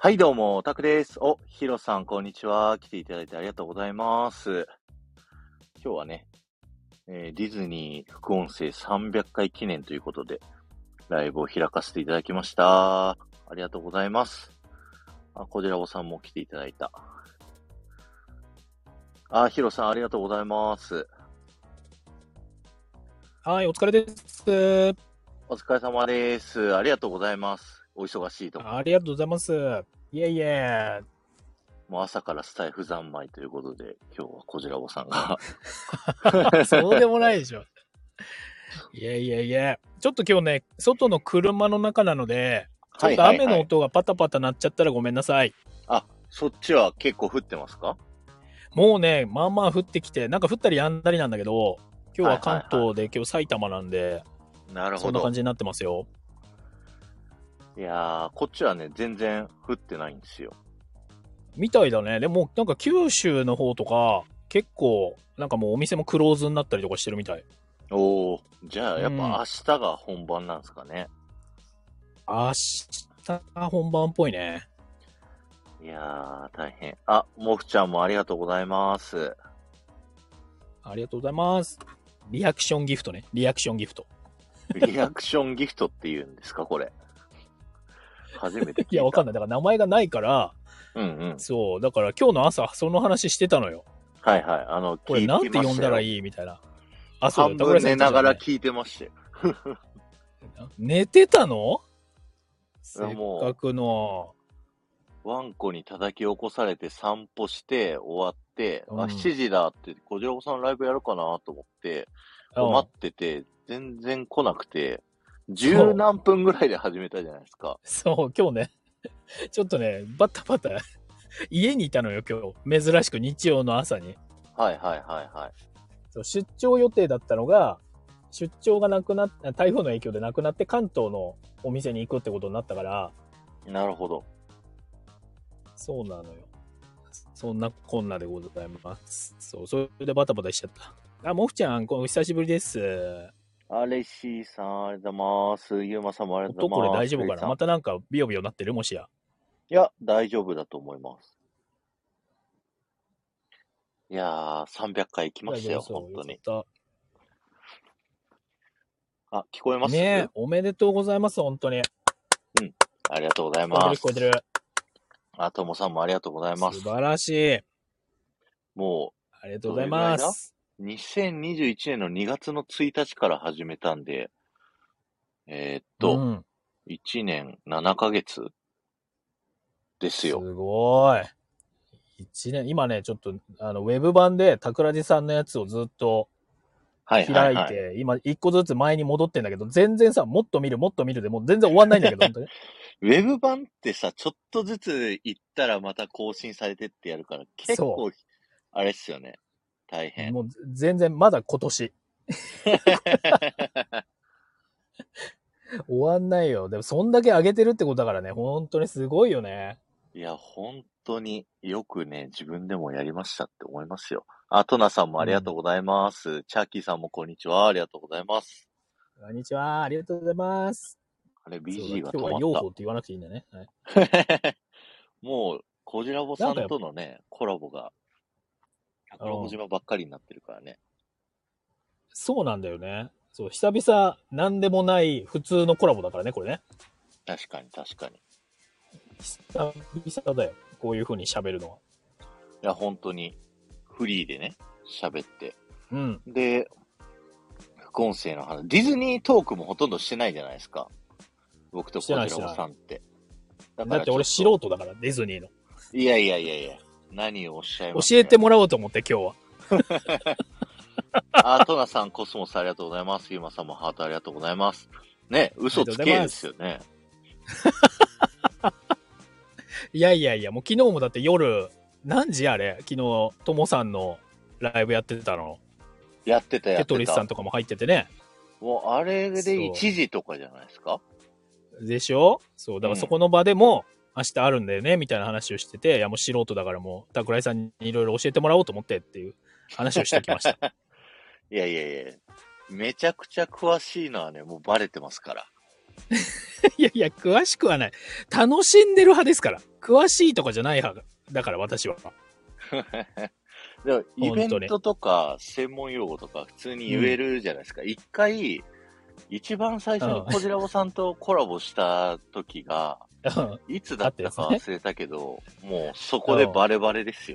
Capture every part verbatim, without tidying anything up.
はい、どうも、タクです。お、ヒロさん、こんにちは。来ていただいてありがとうございます。今日はね、えーディズニー副音声さんびゃっかい記念ということで、ライブを開かせていただきました。ありがとうございます。あ、コジラボさんも来ていただいた。あ、ヒロさん、ありがとうございます。 はい、お疲れです。 お疲れ様です。ありがとうございます。お忙しいところ。 ありがとうございます。いえいえ。 もう朝からスタイフ三昧ということで、今日はコジラボさんが。 そうでもないでしょ。いやいやいや。ちょっと今日ね、外の車の中なので、ちょっと雨の音がパタパタ鳴っちゃったらごめんなさい。 あ、そっちは結構降ってますか？ もうね、まあまあ降ってきて、なんか降ったりやんだりなんだけど、今日は関東で、今日埼玉なんで、 なるほど。 そんな感じになってますよ。 いやー、こっちはね、全然降ってないんですよ。 みたいだね。でも、なんか九州の方とか、結構、なんかもうお店もクローズになったりとかしてるみたい。 おー、じゃあやっうんぱ明日が本番なんですかね。 明日が本番っぽいね。 いやー、大変。あ、もふちゃんもありがとうございます。 ありがとうございます。リアクションギフトね。リアクションギフト。 リアクションギフトって言うんですか、これ。初めて聞いた。 いや、わかんない。だから名前がないから、 うんうん。 そう。だから今日の朝、その話してたのよ。 はいはい。あの、 これなんて呼んだらいいいみたいな。あ、そう半分寝ながら聞いてましたよ。 寝てたの？せっもうかくの。 ワンコに叩き起こされて散歩して終わって、 うんあ、しちじだって、小次郎さんライブやるかなと思って、 うん待ってて、全然来なくて、十何分ぐらいで始めたじゃないですか。 そう、今日ね、ちょっとね、バタバタ、家にいたのよ、今日。珍しく日曜の朝に。 はいはいはいはい。 そう出張予定だったのが、出張がなくなっ台風の影響でなくなって関東のお店に行くってことになったから、 なるほど。 そうなのよ。そんなこんなでございます。そう、それでバタバタしちゃった。あ、もふちゃん、こお久しぶりです。 あれしーさん、ありがとうございます。ゆうまさんもありがとう音これございます。 大丈夫かな？またなんかビヨビヨなってる？もしや。 いや、大丈夫だと思います。いやー、さんびゃっかい来ましたよ、本当に。あ、聞こえますねえ、おめでとうございます、本当に。 うん、ありがとうございます。 聞こえてる、聞こえてる。 あ、ともさんもありがとうございます。 素晴らしい。 もう、 ありがとうございます。 にせんにじゅういちねんのにがつのついたちから始めたんで、えー、っと、うん、いちねんななかげつですよ。 すごい。いちねん、今ね、ちょっと、あの、ウェブ版で、桜地さんのやつをずっと開いて、はいはいはい、今、一個ずつ前に戻ってんだけど、全然さ、もっと見る、もっと見るで、もう全然終わんないんだけど、本当に。 ウェブ版ってさ、ちょっとずつ行ったらまた更新されてってやるから、結構、あれっすよね。大変。 もう全然、まだ今年。終わんないよ。でも、そんだけ上げてるってことだからね、本当にすごいよね。 いや、本当によくね、自分でもやりましたって思いますよ。あ、トナさんもありがとうございます。うん、チャーキーさんもこんにちは。ありがとうございます。 こんにちは。ありがとうございます。 あれ、ビージー が止まった。 今日は用法って言わなくていいんだね。はい、 もう、コジラボさんとのね、コラボが、コラボ島ばっかりになってるからね。 そうなんだよね。そう、久々、なんでもない普通のコラボだからね、これね。 確かに、確かに。 久々だよ。こういう風に喋るのは。 いや、本当に、フリーでね、喋って。 うん。 で、副音声の話、ディズニートークもほとんどしてないじゃないですか。僕とコジラボさんって。 だ, だって俺素人だから、ディズニーの。 いやいやいやいや、何をおっしゃいますか。教えてもらおうと思って、今日は。 あ、トナさん、コスモスありがとうございます。ユーマさんもハートありがとうございます。ね、嘘つけですよね。 いやいやいや、もう昨日もだって夜、何時あれ昨日、ともさんのライブやってたの。 やってたやってた。 テトリスさんとかも入っててね。 もうあれでいちじとかじゃないですか？ でしょ？そう、だからそこの場でも、明日あるんだよね、みたいな話をしてて、いやもう素人だからもう、桜井さんにいろいろ教えてもらおうと思ってっていう話をしてきました。 いやいやいや、めちゃくちゃ詳しいのはね、もうバレてますから。 いやいや、詳しくはない。楽しんでる派ですから。詳しいとかじゃない派だから、私は。 でもイベントとか専門用語とか普通に言えるじゃないですか。一、うん、回、一番最初にコジラボさんとコラボした時が、いつだったか忘れたけど、ね、もうそこでバレバレですよ。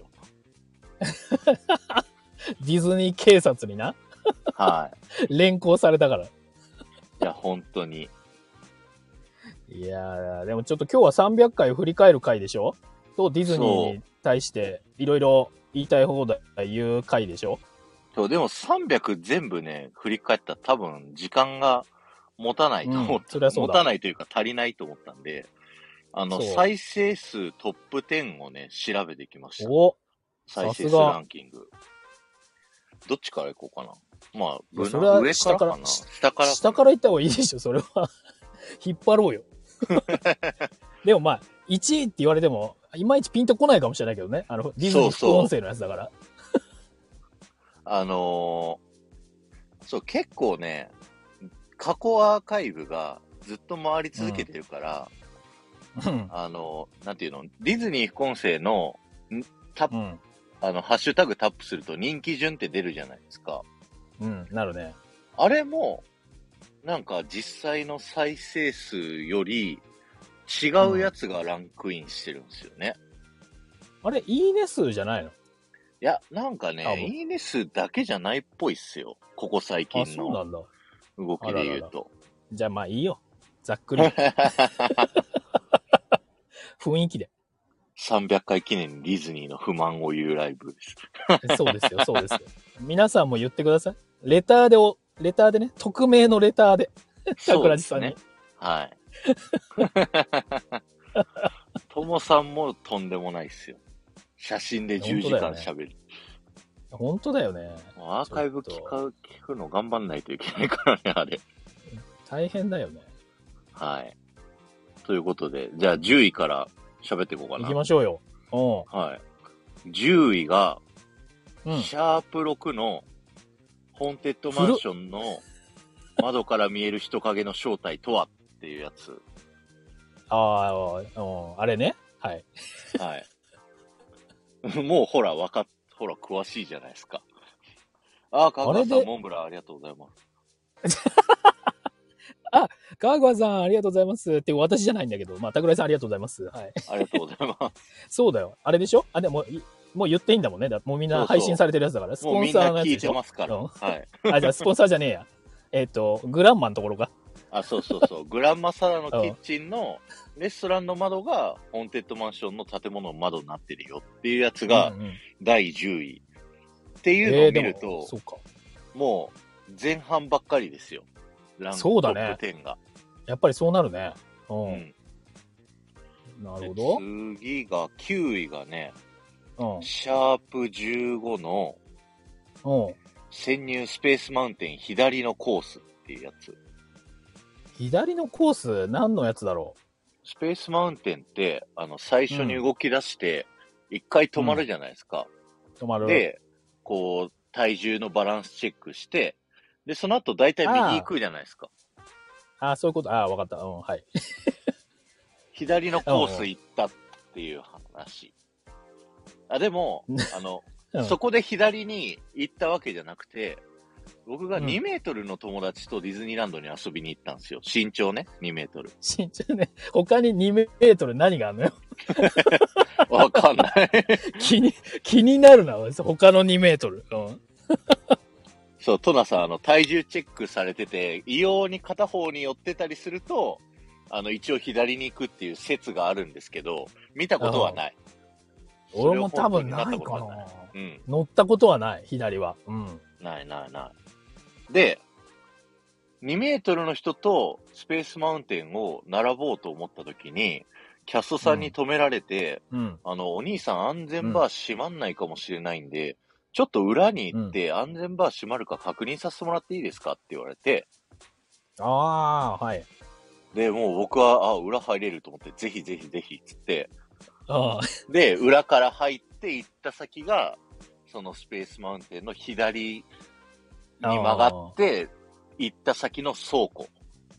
ディズニー警察にな。 はい。 連行されたから。いや、本当に。 いやー、でもちょっと今日はさんびゃっかい振り返る回でしょとディズニーに対していろいろ言いたい放題言う回でしょそう、でもさんびゃく全部ね、振り返ったら多分時間が持たないと思った。うん、持たないというか足りないと思ったんで、あの、再生数トップじゅうをね、調べてきました。 お再生数ランキング。どっちから行こうかな。まあ、無それは上からかな。下から。 下から行った方がいいでしょ、それは。引っ張ろうよ。でもまあ、いちいって言われても、いまいちピンとこないかもしれないけどね。あの、ディズニー副音声のやつだから。 そうそうあのー、そう、結構ね、過去アーカイブがずっと回り続けてるから、うん、あの、なんていうの、ディズニー副音声のタップ、うん、あの、ハッシュタグタップすると人気順って出るじゃないですか。 うん、なるね。 あれも、なんか実際の再生数より違うやつがランクインしてるんですよね。 うん、あれ、いいね数じゃないの？ いや、なんかね、いいね数だけじゃないっぽいっすよ。ここ最近の動きで言うと。 あらららじゃあまあいいよ。ざっくり。雰囲気で。 さんびゃっかい記念ディズニーの不満を言うライブです。 そうですよ、そうですよ。皆さんも言ってください。レターでお、レターでね、匿名のレターで。桜地さんに。 はい。ともさんもとんでもないっすよ。写真でじゅうじかん喋る。 本当だよね。 アーカイブ聞く、聞くの頑張んないといけないからね、あれ。 大変だよね。 はい。ということで、じゃあじゅういから喋っていこうかな。 行きましょうよ。うん。 はい。じゅういが、うん、シャープろくのホーンテッドマンションの窓から見える人影の正体とはっていうやつ。 ああ、あれね。はい。 はい。もうほら、わかっ、ほら、詳しいじゃないですか。ああ、かぐわさん、モンブランありがとうございます。 あ、かぐわさん、ありがとうございます。って私じゃないんだけど、まあ、桜井さんありがとうございます。はい。 ありがとうございます。 そうだよ。あれでしょあ、でも、もう言っていいんだもんね。だもうみんな配信されてるやつだから。 そうそうスポンサーのやつでしょ。もうみんな聞いてますから。うん、はい。 あ、じゃあスポンサーじゃねえや。えっと、グランマのところか。 あ、そうそうそう。グランマサラのキッチンのレストランの窓が、ホーンテッドマンションの建物の窓になってるよっていうやつが、だいじゅうい。っていうのを見ると、えー、そうかもう前半ばっかりですよ。ランクトップじゅうが。 やっぱりそうなるね。うん。うん、なるほど。 次がきゅういがね、うん、シャープじゅうごの、うん、潜入スペースマウンテン左のコースっていうやつ。 左のコース何のやつだろう。 スペースマウンテンって、あの、最初に動き出して、一回止まるじゃないですか。 うん、止まる。 で、こう、体重のバランスチェックして、で、その後大体右行くじゃないですか。 ああ、そういうこと。ああ、わかった。うん、はい。 左のコース行ったっていう話。あ、でも、あの、うん、そこで左に行ったわけじゃなくて、僕がにメートルの友達とディズニーランドに遊びに行ったんですよ。身長ね、にメートル。 身長ね。他ににメートル何があるのよ。 わかんない。 気に、気になるな、他のにメートル。うん、 そう、トナさん、あの、体重チェックされてて、異様に片方に寄ってたりすると、あの、一応左に行くっていう説があるんですけど、見たことはない。 俺も多分ないかな。うん。乗ったことはない、左は。うん。 ないないない。で、にメートルの人とスペースマウンテンを並ぼうと思った時に、キャストさんに止められて、うん、あの、お兄さん安全バー閉まんないかもしれないんで、うん、ちょっと裏に行って安全バー閉まるか確認させてもらっていいですかって言われて。 ああ、はい。 で、もう僕は、あ、裏入れると思って、ぜひぜひぜひ、つって。 あで、裏から入って行った先が、そのスペースマウンテンの左に曲がって、行った先の倉庫。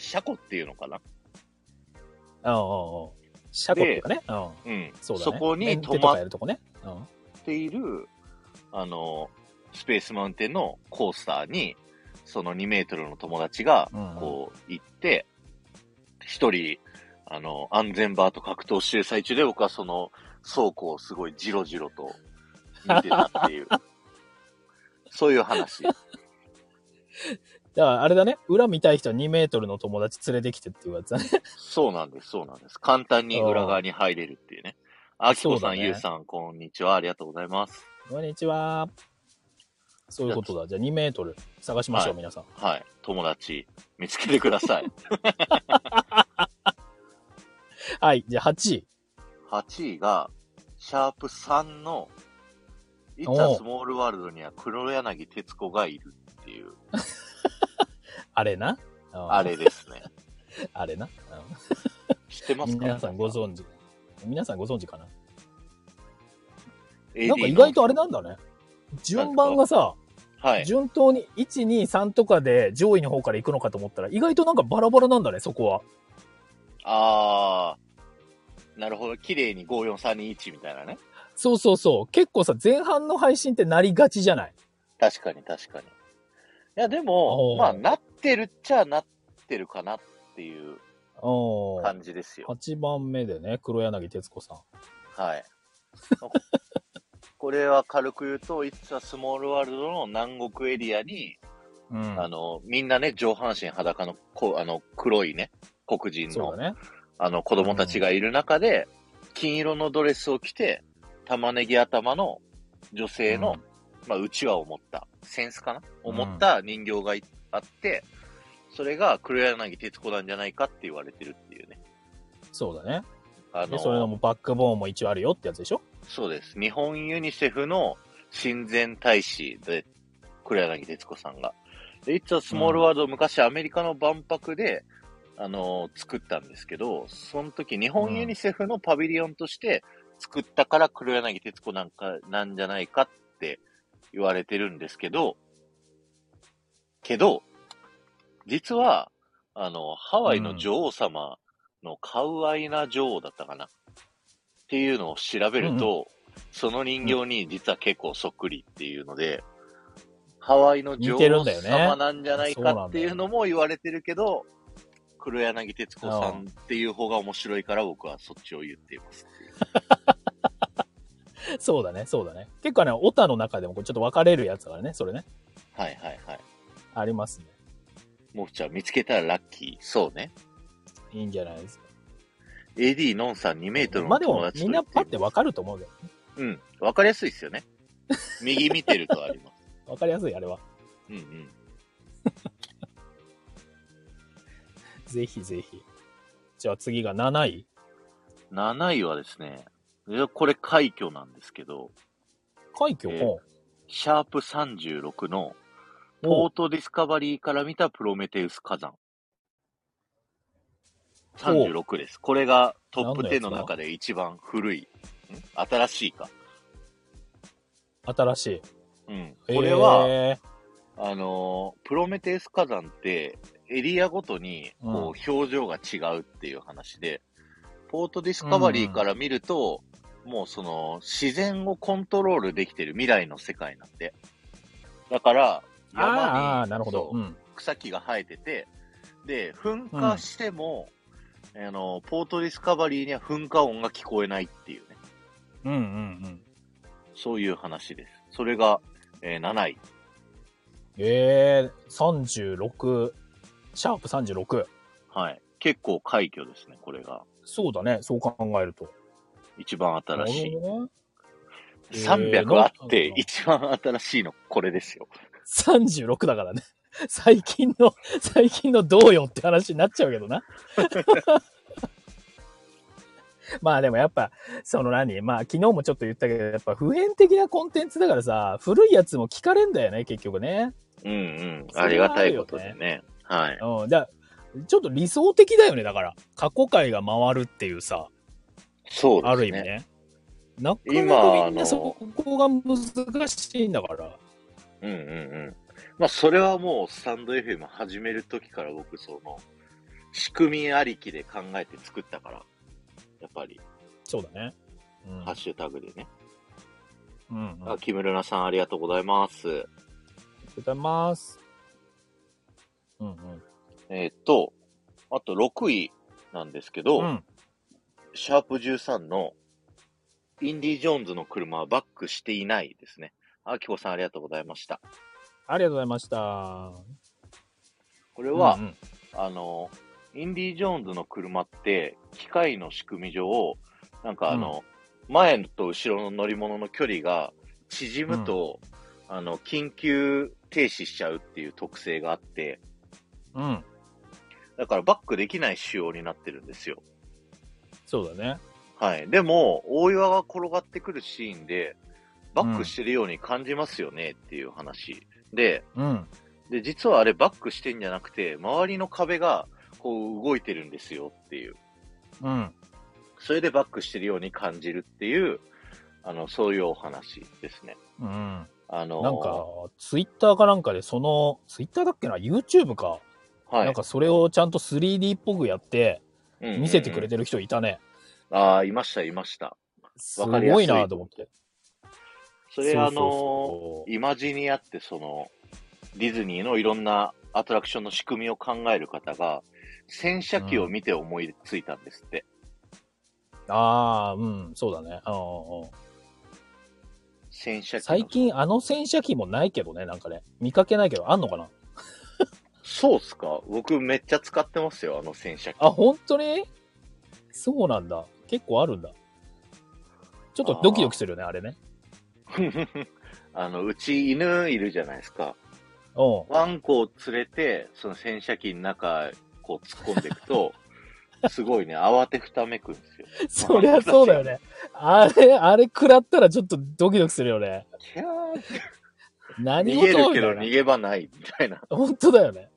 車庫っていうのかな。 うんうんうん。車庫っていうかね。うん。 うん。 そうだね。 そこに泊まっている、あの、スペースマウンテンのコースターに、そのにメートルの友達が、こう、行って、一、うん、人、あの、安全バーと格闘してる最中で、僕はその倉庫をすごいジロジロと見てたっていう、そういう話。だからあれだね、裏見たい人はにメートルの友達連れてきてっていうやつだね。 そうなんです、そうなんです。簡単に裏側に入れるっていうね。あきこさん、ゆうさん、こんにちは。ありがとうございます。 こんにちは。そういうことだ。じゃあにメートル探しましょう、はい、皆さん。 はい。友達、見つけてください。 はい。じゃあはちい。 はちいが、シャープさんの、いつはスモールワールドには黒柳徹子がいるっていう。 あれな。 あれですね。 あれな。 知ってますか？ 皆さんご存知。皆さんご存知かな。なんか意外とあれなんだね。順番がさ、はい、順当にいち、に、さんとかで上位の方から行くのかと思ったら、意外となんかバラバラなんだね、そこは。 あー、なるほど。綺麗にご、よん、さん、に、いちみたいなね。 そうそうそう。結構さ、前半の配信ってなりがちじゃない？ 確かに確かに。いや、でも、まあ、なってるっちゃなってるかなっていう感じですよ。 はちばんめでね、黒柳徹子さん。 はい。これは軽く言うと、いつはスモールワールドの南国エリアに、うん、あの、みんなね、上半身裸の、こあの、黒いね、黒人の、ね、あの、子供たちがいる中で、うん、金色のドレスを着て、玉ねぎ頭の女性の、うん、まあ、うちわを持った、センスかな、うん、を持った人形があって、それが黒柳徹子なんじゃないかって言われてるっていうね。 そうだね。あのー、で、それのもバックボーンも一応あるよってやつでしょ？ そうです。日本ユニセフの親善大使で、黒柳徹子さんが。で、いつはスモールワールドを昔アメリカの万博で、あのー、作ったんですけど、その時日本ユニセフのパビリオンとして作ったから黒柳徹子なんか、なんじゃないかって言われてるんですけど、けど、実は、あの、ハワイの女王様のカウアイナ女王だったかな。っていうのを調べると、うんうん、その人形に実は結構そっくりっていうので、うん、ハワイの女王様なんじゃないかっていうのも言われてるけど、黒柳徹子さんっていう方が面白いから僕はそっちを言っています。 そうだね、そうだね。結構ね、オタの中でもちょっと分かれるやつだからね、それね。 はいはいはい。 ありますね。 もふちゃん見つけたらラッキー。そうね。 いいんじゃないですか。 エーディー ノンさんにメートルの友達と。 まあでも、みんなパッて分かると思うけど。 うん。分かりやすいですよね。右見てるとあります。 分かりやすい、あれは。 うんうん。 ぜひぜひ。じゃあ次がなない？ なない はですね、これ快挙なんですけど。 快挙、えー、 シャープさんじゅうろくのポートディスカバリーから見たプロメテウス火山。さんじゅうろくです。これがトップじゅうの中で一番古い。ん新しいか。 新しい。 うん。これは、えー、あの、プロメテウス火山ってエリアごとにこう表情が違うっていう話で、うん、ポートディスカバリーから見ると、うん、もうその自然をコントロールできてる未来の世界なんで。だから、山になるほど、うん、 草木が生えてて、で、噴火しても、うん、あの、ポートディスカバリーには噴火音が聞こえないっていうね。 うんうんうん。 そういう話です。それが、えー、なない。 えー、さんじゅうろく、シャープさんじゅうろく。 はい。結構快挙ですね、これが。 そうだね、そう考えると。 一番新しい。さんびゃくあって一番新しいのこれですよ。 さんじゅうろくだからね。最近の、最近のどうよって話になっちゃうけどな。まあでもやっぱ、その何まあ昨日もちょっと言ったけど、やっぱ普遍的なコンテンツだからさ、古いやつも聞かれんだよね、結局ね。 うんうん。ありがたいことでね。はい。 うん。だちょっと理想的だよね、だから。過去回が回るっていうさ。 そうですね。 ある意味ね。なかなかみんなそこが難しいんだから。 うんうんうん。まあそれはもうスタンド エフエム 始める時から僕その、 仕組みありきで考えて作ったから、やっぱり。 そうだね。 うん、ハッシュタグでね。 うん、うん。 あ、木村さんありがとうございます。ありがとうございます。うんうん。 えー、っと、あとろくいなんですけど、うん、シャープじゅうさんのインディ・ジョーンズの車はバックしていないですね。あきこさんありがとうございました。 ありがとうございました。 これは、うんうん、あの、インディ・ジョーンズの車って、機械の仕組み上、なんかあの、うん、前と後ろの乗り物の距離が縮むと、うん、あの、緊急停止しちゃうっていう特性があって、 うん。 だからバックできない仕様になってるんですよ。 そうだね。 はい。でも、大岩が転がってくるシーンで、バックしてるように感じますよねっていう話。うん、で、うん。で、実はあれバックしてんじゃなくて、周りの壁がこう動いてるんですよっていう。うん。それでバックしてるように感じるっていう、あの、そういうお話ですね。 うん。あのー、なんか、ツイッターかなんかで、その、ツイッターだっけな ?YouTube か。はい。なんかそれをちゃんと スリーディー っぽくやって、見せてくれてる人いたね。 うんうんうん、ああ、いました、いました。 すごいなと思って。 それあのー、イマジニアってその、ディズニーのいろんなアトラクションの仕組みを考える方が、洗車機を見て思いついたんですって。 うん、ああ、うん、そうだね。うんうん、 洗車機。 最近あの洗車機もないけどね、なんかね。見かけないけど、あんのかなそうっすか？僕めっちゃ使ってますよ、あの洗車機。 あ、本当に？そうなんだ。結構あるんだ。ちょっとドキドキするよね、あれね。 あの、うち犬いるじゃないですか。ワンコを連れて、その洗車機の中、こう突っ込んでいくと、すごいね、慌てふためくんですよ。 そりゃそうだよね。あれ、あれ食らったらちょっとドキドキするよね。 キャーって。 何事逃げるけど逃げ場ないみたいな。 本当だよね。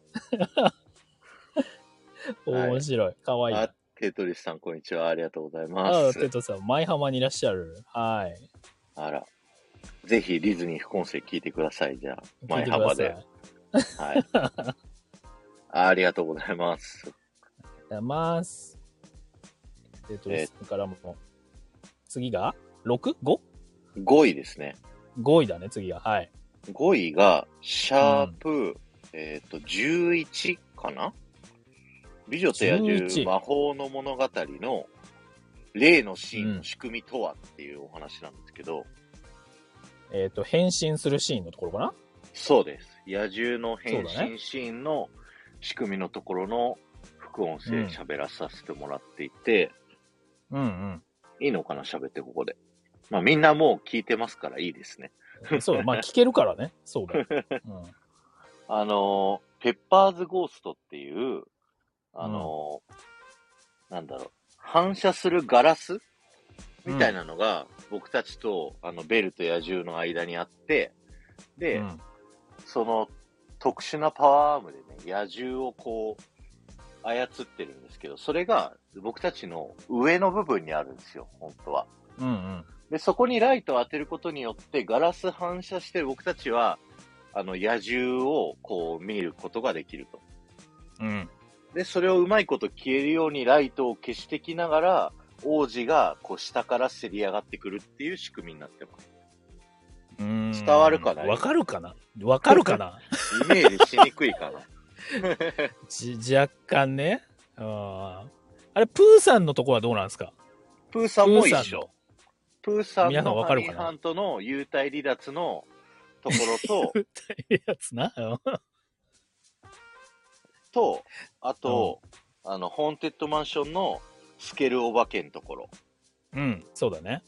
面白い。かわいい。あ、 テトリスさん、こんにちは。ありがとうございます。 あ、テトさん、舞浜にいらっしゃる。はい。 あら。ぜひ、ディズニー副音声聞いてください。じゃあ、舞浜で。はい。あ, ありがとうございます。 ありがとうございます。テトリスさんからも、えー、次が ろく?ご? ごいですね。 ごいだね、次が。はい。 ごいが、シャープ、うん、えっ、ー、と、じゅういちかな美女と野獣魔法の物語の例のシーンの仕組みとはっていうお話なんですけど。 うん、えっ、ー、と、変身するシーンのところかな？ そうです。野獣の変身シーンの仕組みのところの副音声喋らさせてもらっていて。うんうん。いいのかな喋ってここで。まあみんなもう聞いてますからいいですね。 そうだ、まあ聞けるからね。そうだ。うん、 あの、ペッパーズゴーストっていう、あの、うん、なんだろう、反射するガラスみたいなのが、うん、僕たちと、あの、ベルと野獣の間にあって、で、うん、その特殊なパワーアームでね、野獣をこう、操ってるんですけど、それが僕たちの上の部分にあるんですよ、本当は。うんうん。で、そこにライトを当てることによって、ガラス反射して僕たちは、あの、野獣をこう見ることができると。うん。で、それをうまいこと消えるようにライトを消してきながら、王子がこう下からせり上がってくるっていう仕組みになってます。うーん。伝わるかな？ わかるかな？わかるかな？ イメージしにくいかな。 じ若干ね。ああれ、プーさんのとこはどうなんですか？ プーさんも一緒。プーさんのハニーハントの幽体離脱のところと、幽体離脱な。 と、あと、うん、あの、ホーンテッドマンションのスケルお化けのところ。 うん、そうだね。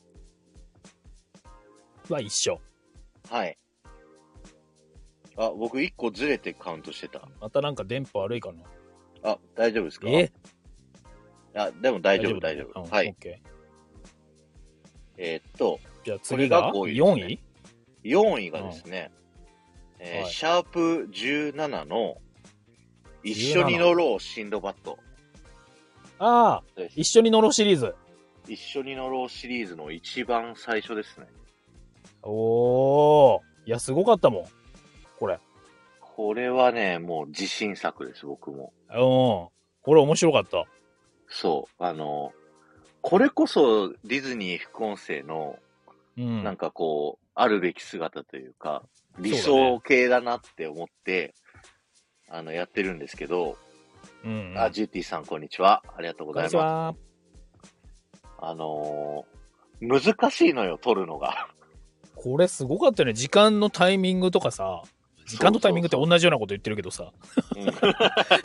は一緒。 はい。あ、僕一個ずれてカウントしてた。 またなんか電波悪いかな。 あ、大丈夫ですか？ えあ、でも大丈夫、大丈夫。はい。 OK。 えー、っと、 じゃあ次がよんい ? よんいがですね、うん、えーはい、シャープじゅうななの一緒に乗ろうシンドバッド。 ああ、一緒に乗ろうシリーズ。 一緒に乗ろうシリーズの一番最初ですね。 おー、いや、すごかったもん。これ。 これはね、もう自信作です、僕も。 うん。ここれ面白かった。 そう。あの、これこそディズニー副音声の、うん、なんかこう、あるべき姿というか、理想系だなって思って、ね、あの、やってるんですけど、うんうん、あ、ジューティーさん、こんにちは。ありがとうございます。こんにちは。あのー、難しいのよ、撮るのが。これすごかったよね。時間のタイミングとかさ、時間のタイミングって同じようなこと言ってるけどさ。そうそうそう、うん、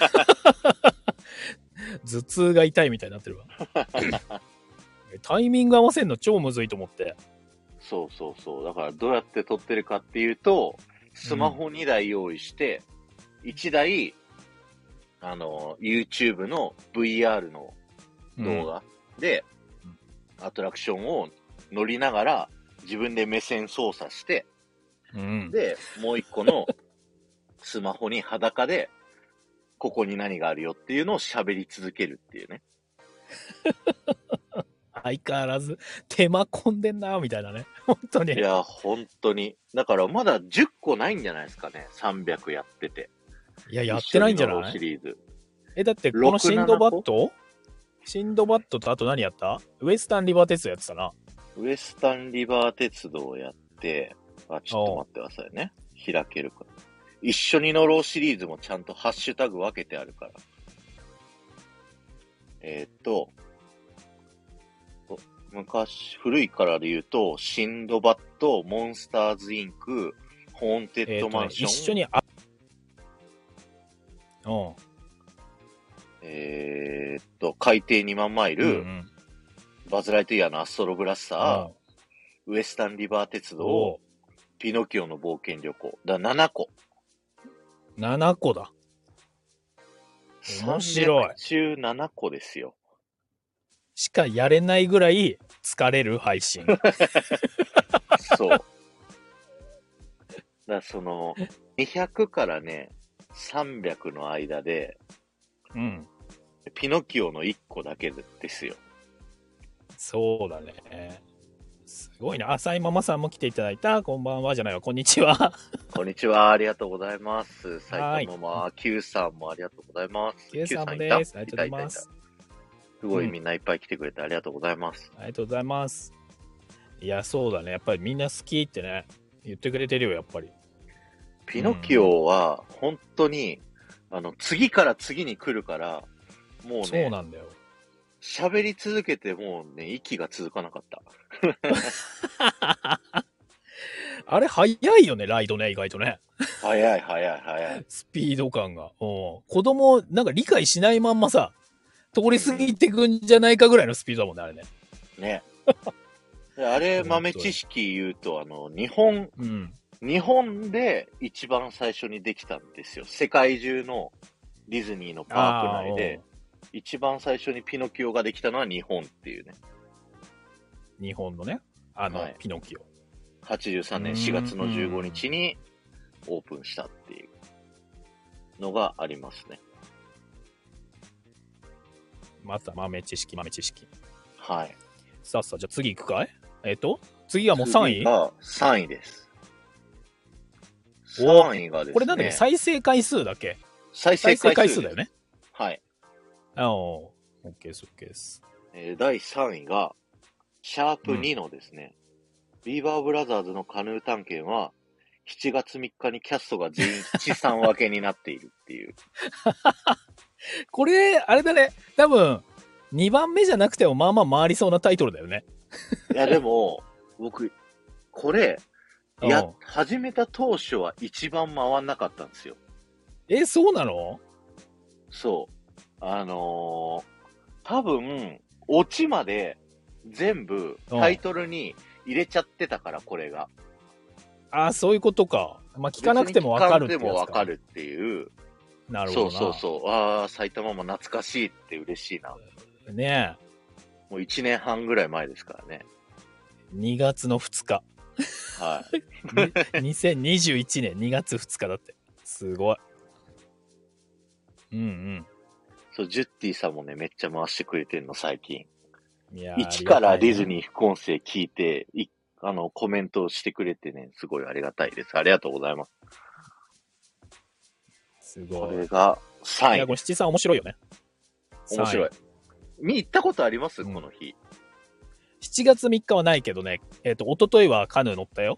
頭痛が痛いみたいになってるわ。タイミング合わせるの超むずいと思って。 そうそうそう。だからどうやって撮ってるかっていうと、スマホにだい用意して、いちだい、あの、YouTube の ブイアール の動画で、アトラクションを乗りながら、自分で目線操作して、うん、で、もう一個のスマホに裸で、ここに何があるよっていうのを喋り続けるっていうね。 相変わらず手間込んでんなみたいなね。本当に。 いや、本当に。だからまだじゅっこないんじゃないですかね。さんびゃくやってて。 いや、やってないんじゃない？ シリーズ。 え、だってこのシンドバッドシンドバッドとあと何やった？ウエスタンリバー鉄道やってたな。 ウエスタンリバー鉄道をやって、あ、ちょっと待ってくださいね。開けるか。一緒に乗ろうシリーズもちゃんとハッシュタグ分けてあるから。えー、っと、昔、古いからで言うと、シンドバッド、モンスターズインク、ホーンテッドマンション。 えーね、一緒に、あ、 うん。えー、っと、海底にまんマイル、うんうん、バズ・ライトイヤーのアストロブラスター、ウエスタンリバー鉄道、ピノキオの冒険旅行。だななこ。 ななこだ。面白い。 中ななこですよ。 しかやれないぐらい疲れる配信。 そう。だからその、にひゃくからね、さんびゃくの間で、うん。ピノキオのいっこだけですよ。 そうだね。すごいな。浅井ママさんも来ていただいた。こんばんはじゃないわ。こんにちは。 こんにちは。ありがとうございます。埼玉ママ、Q さんもありがとうございます。 Q さんもです。ありがとうございます。 すごいみんないっぱい来てくれてありがとうございます。 うん、ありがとうございます。いや、そうだね。やっぱりみんな好きってね、言ってくれてるよ、やっぱり。 ピノキオは、本当に、うん、あの、次から次に来るから、もうね、 そうなんだよ。 喋り続けてもうね、息が続かなかった。 あれ、早いよね、ライドね、意外とね。 早い、早い、早い。 スピード感が。うん。子供、なんか理解しないまんまさ、通り過ぎてくんじゃないかぐらいのスピードだもんね、あれね。 ね。あれ、豆知識言うと、あの、日本、うん、日本で一番最初にできたんですよ。世界中のディズニーのパーク内で、一番最初にピノキオができたのは日本っていうね。 日本のね、あの、はい、ピノキオ。 はちじゅうさんねんしがつのじゅうごにちにオープンしたっていうのがありますね。 また豆知識、豆知識。 はい。 さあさあ、じゃあ次行くかい？えっと、次はもうさんい？ あ、さんいです。さんいがですね。 これなんだっけ？再生回数だっけ？ 再生回数。再生回数だよね。 はい。 ああ、オッケーです、オッケーです。 えー、だいさんいが、シャープにのですね、うん、ビーバーブラザーズのカヌー探検は、しちがつみっかにキャストが全員七三分けになっているっていう。 これ、あれだね。多分、にばんめじゃなくてもまあまあ回りそうなタイトルだよね。 いや、でも、僕、これ、や、始めた当初は一番回んなかったんですよ。 え、そうなの？ そう。あのー、多分、オチまで全部タイトルに入れちゃってたから、これが。 ああ、そういうことか。まあ、聞かなくてもわかるってやつか。 聞かなくてもわかるっていう。 なるほどな。 そうそうそう。ああ、埼玉も懐かしいって嬉しいな。 ねえ。もういちねんはんぐらい前ですからね。 にがつのふつか。 はい。 にせんにじゅういちねんにがつふつかだって。すごい。うんうん。 そう、ジュッティさんもね、めっちゃ回してくれてるの、最近。いや一からディズニー副音声聞いて、い、あの、コメントをしてくれてね、すごいありがたいです。ありがとうございます。 すごい。 これがさんい。いや、 これ七さん面白いよね。 面白い。見行ったことあります、 うん、 この日。 しちがつみっかはないけどね、えっ、ー、と、一昨日はカヌー乗ったよ。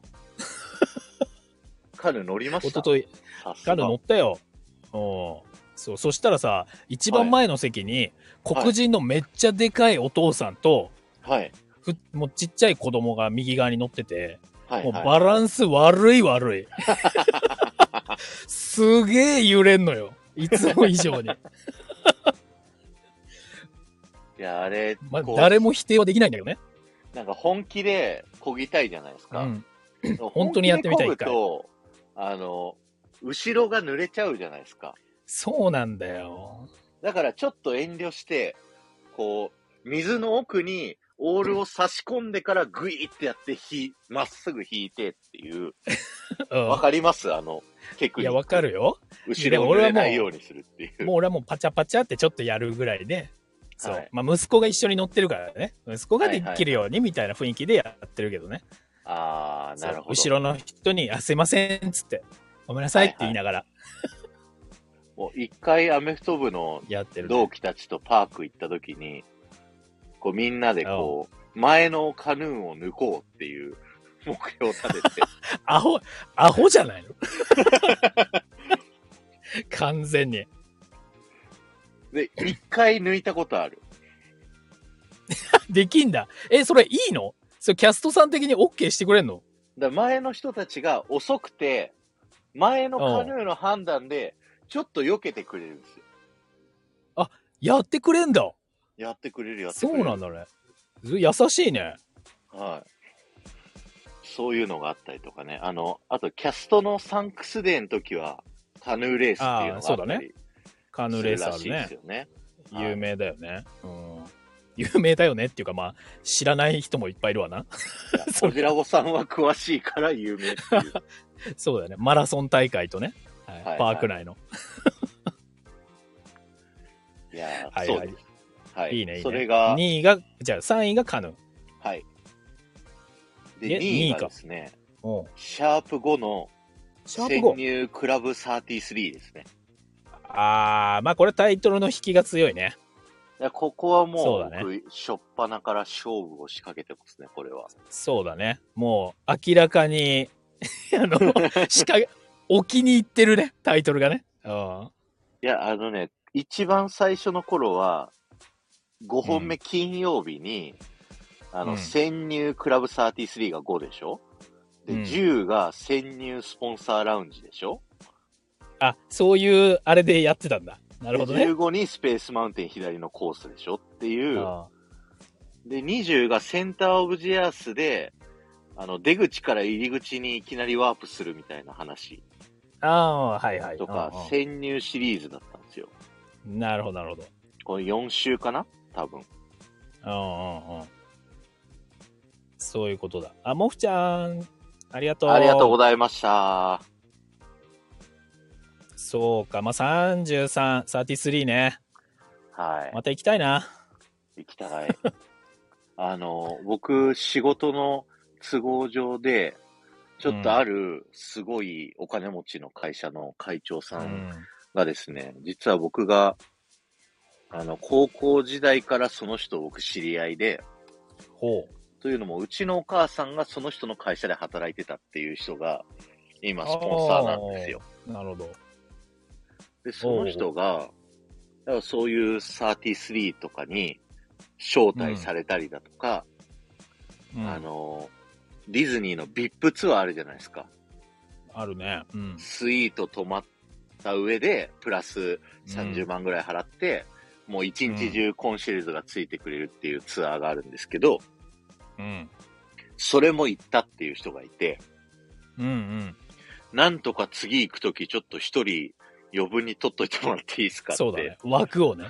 カヌー乗りました？ 一昨日カヌー乗ったよ。おそう、そしたらさ、一番前の席に、黒人のめっちゃでかいお父さんと、 はい。 ふもうちっちゃい子供が右側に乗ってて、 はい、 もうバランス悪い悪い。すげえ揺れんのよ。いつも以上に。 いや、あれ、 まあ、誰も否定はできないんだけどね。 なんか本気で漕ぎたいじゃないですか。うん、 本当にやってみたい一回。 と、あの、後ろが濡れちゃうじゃないですか。 そうなんだよ。 だからちょっと遠慮して、こう、水の奥にオールを差し込んでからグイーってやって、ひ、まっすぐ引いてっていう。わ、うん、かりますあの、テクニック。 いや、わかるよ。 後ろを濡れないようにするっていう。 もう俺はもうパチャパチャってちょっとやるぐらいで、そう。はい、まあ、息子が一緒に乗ってるからね。息子ができるようにみたいな雰囲気でやってるけどね。 ああ、なるほど。 後ろの人に、あ、すいません、つって、ごめんなさいって言いながら。はいはい、 もう一回アメフト部の同期たちとパーク行った時に、ね、こうみんなでこう、前のカヌーを抜こうっていう目標を立てて。 アホ、アホじゃないの完全に。 で、一回抜いたことある。 できんだ。え、それいいの？それキャストさん的に OK してくれんの？ だ前の人たちが遅くて、前のカヌーの判断で、ちょっと避けてくれるんですよ。 あ、やってくれんだ。 やってくれる、やってくれる。 そうなんだね。優しいね。 はい。そういうのがあったりとかね。あの、あと、キャストのサンクスデーの時は、カヌーレースっていうのがあったり。 そうだね。カヌーレースあるね。 ですよね。 有名だよね。うん。有名だよねっていうか、まあ、知らない人もいっぱいいるわな。 こじらぼさんは詳しいから有名っていう。 そうだよね。マラソン大会とね。はいはいはい、パーク内の。 いやー、 はいはい、 そうです。はい。 いいね、いいね。 それが。 にいが、じゃあさんいがカヌー。 はい。で、にいがですね、シャープごの潜入クラブさんじゅうさんですね。 あー、まあこれタイトルの引きが強いね。 いや、ここはもう、僕、ね、しょっぱなから勝負を仕掛けてますね、これは。 そうだね。もう、明らかに、あの、仕掛け、お気に入ってるね、タイトルがね。うん。 いや、あのね、一番最初の頃は、ごほんめ金曜日に、うん、あの、うん、潜入クラブさんじゅうさんがごでしょ？で、うん、じゅうが潜入スポンサーラウンジでしょ？ あ、そういう、あれでやってたんだ。なるほどね。 じゅうごにスペースマウンテン左のコースでしょっていう。ああで、にじゅうがセンターオブジアースで、あの、出口から入り口にいきなりワープするみたいな話。 ああ、はいはい。 とか、潜入シリーズだったんですよ。 なるほど、なるほど。 これよん週かな多分。 うんうんうん。そういうことだ。あ、もふちゃん、ありがとう。 ありがとうございました。 そうか、まあ、さんじゅうさん、さんじゅうさんね。 はい。 また行きたいな。 行きたい。あの、僕、仕事の都合上で、ちょっとある、すごいお金持ちの会社の会長さんがですね、うん、実は僕が、あの、高校時代からその人僕知り合いで、 ほう。 というのも、うちのお母さんがその人の会社で働いてたっていう人が、今、スポンサーなんですよ。 なるほど。 で、その人が、だからそういうさんじゅうさんとかに招待されたりだとか、うん、あの、ディズニーの ブイアイピー ツアーあるじゃないですか。 あるね。うん。 スイート泊まった上で、プラスさんじゅうまんぐらい払って、うん、もう一日中コンシェルジュがついてくれるっていうツアーがあるんですけど、 うん。 それも行ったっていう人がいて、 うんうん。 なんとか次行くときちょっと一人余分に取っといてもらっていいですかって。 そうだね。枠をね。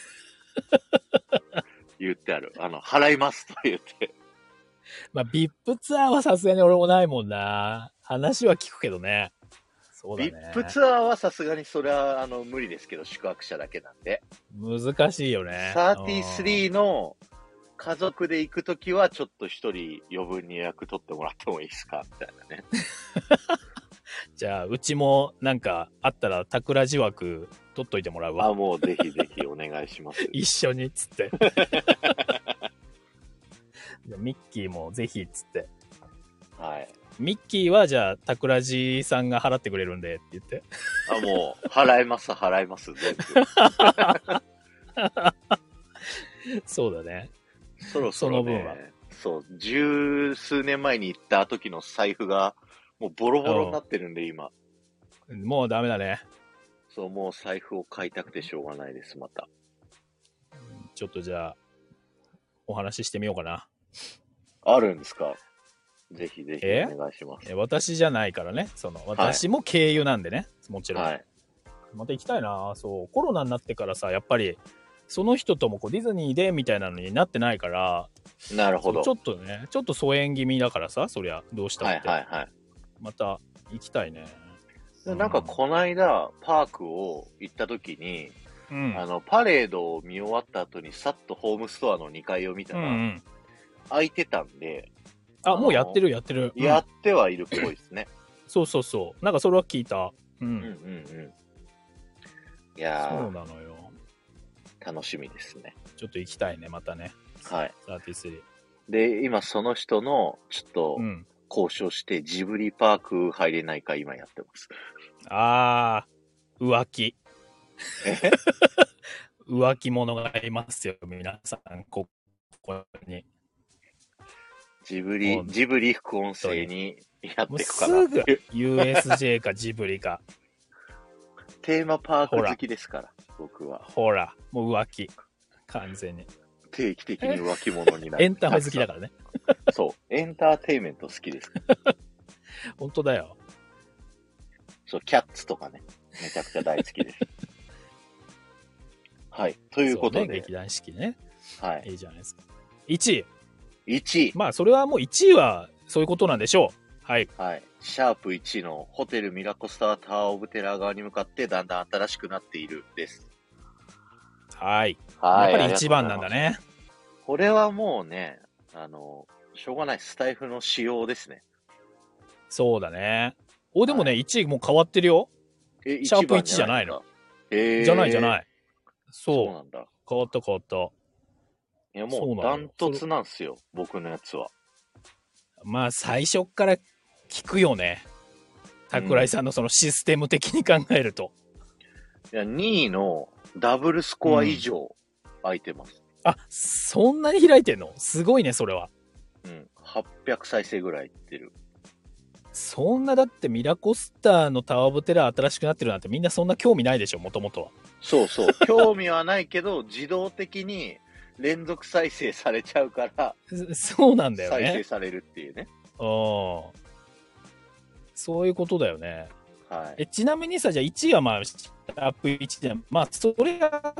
言ってある。あの、払いますと言って。 まあ、ブイアイピー ツアーはさすがに俺もないもんな。話は聞くけどね。そうだね。 ブイアイピー ツアーはさすがにそれはあの無理ですけど、宿泊者だけなんで。 難しいよね。 さんじゅうさんの家族で行くときはちょっと一人余分に予約取ってもらってもいいですかみたいなね。 じゃあ、うちもなんかあったら、タクラジ枠取っといてもらうわ。 あ、もうぜひぜひお願いします。 一緒にっつって。ミッキーもぜひっつって。 はい。 ミッキーはじゃあ、タクラジさんが払ってくれるんでって言って。 あ、もう、払います、払います、全部。 そうだね。 そろそろ、ね、その分は。そう、十数年前に行った時の財布が、もうボロボロになってるんで、今。 もうダメだね。 そう、もう財布を買いたくてしょうがないです、また。 ちょっとじゃあ、お話ししてみようかな。 あるんですか？ぜひぜひお願いします。 え私じゃないからね。その、私も経由なんでね。はい、もちろん。はい。また行きたいな。そう。コロナになってからさ、やっぱり、その人ともこうディズニーでみたいなのになってないから、 なるほど。 ちょっとね、ちょっと疎遠気味だからさ、そりゃ、どうしたって。 はいはいはい。 また行きたいね。 なんかこの間、パークを行った時に、うん、あの、パレードを見終わった後にさっとホームストアのにかいを見たら、うんうん、空いてたんで。 あ、もうやってるやってる。 やってはいるっぽいですね。 そうそうそう。なんかそれは聞いた。うん。うんうんうん。 いやー。 そうなのよ。 楽しみですね。 ちょっと行きたいね、またね。 はい。 さんじゅうさん。 で、今その人の、ちょっと、交渉して、ジブリパーク入れないか今やってます。 あー、浮気。 え浮気者がいますよ、皆さん、ここに。 ジブリ、ジブリ副音声にやっていくかな。 すぐ ユーエスジェー かジブリか。 テーマパーク好きですから、僕は。 ほら、もう浮気。完全に。 定期的に浮気者になる。 エンタメ好きだからね。 そう。エンターテイメント好きです。 本当だよ。 そう、キャッツとかね。めちゃくちゃ大好きです。はい。ということで。 ね、劇団四季ね。 はい。 いいじゃないですか。いちい。 いちい。 まあ、それはもういちいはそういうことなんでしょう。はい。 はい。シャープいちのホテルミラコスタータワーオブテラー側に向かってだんだん新しくなっているです。 はい。 はい。 やっぱりいちばんなんだね。 これはもうね、あの、しょうがないスタイフの仕様ですね。 そうだね。お、でもね、はい、いちいもう変わってるよ。え、シャープいちじゃないの。 えー、 じゃないじゃない。そう。 そうなんだ。 変わった変わった。いや、もうダントツなんすよ、僕のやつは。 まあ、最初っから聞くよね。桜井さんのそのシステム的に考えると。 うん、いや、にいのダブルスコア以上空いてます。 うん、あ、そんなに開いてんの？すごいね、それは。 うん。はっぴゃく再生ぐらいいってる。 そんな、だってミラコスターのタワーオブテラー新しくなってるなんてみんなそんな興味ないでしょ、もともとは。 そうそう。興味はないけど、自動的に連続再生されちゃうから。 そうなんだよね。 再生されるっていうね。 うん。そういうことだよね。 はい。 え、ちなみにさ、じゃあいちいはまあ、シャープいちで、まあ、それが、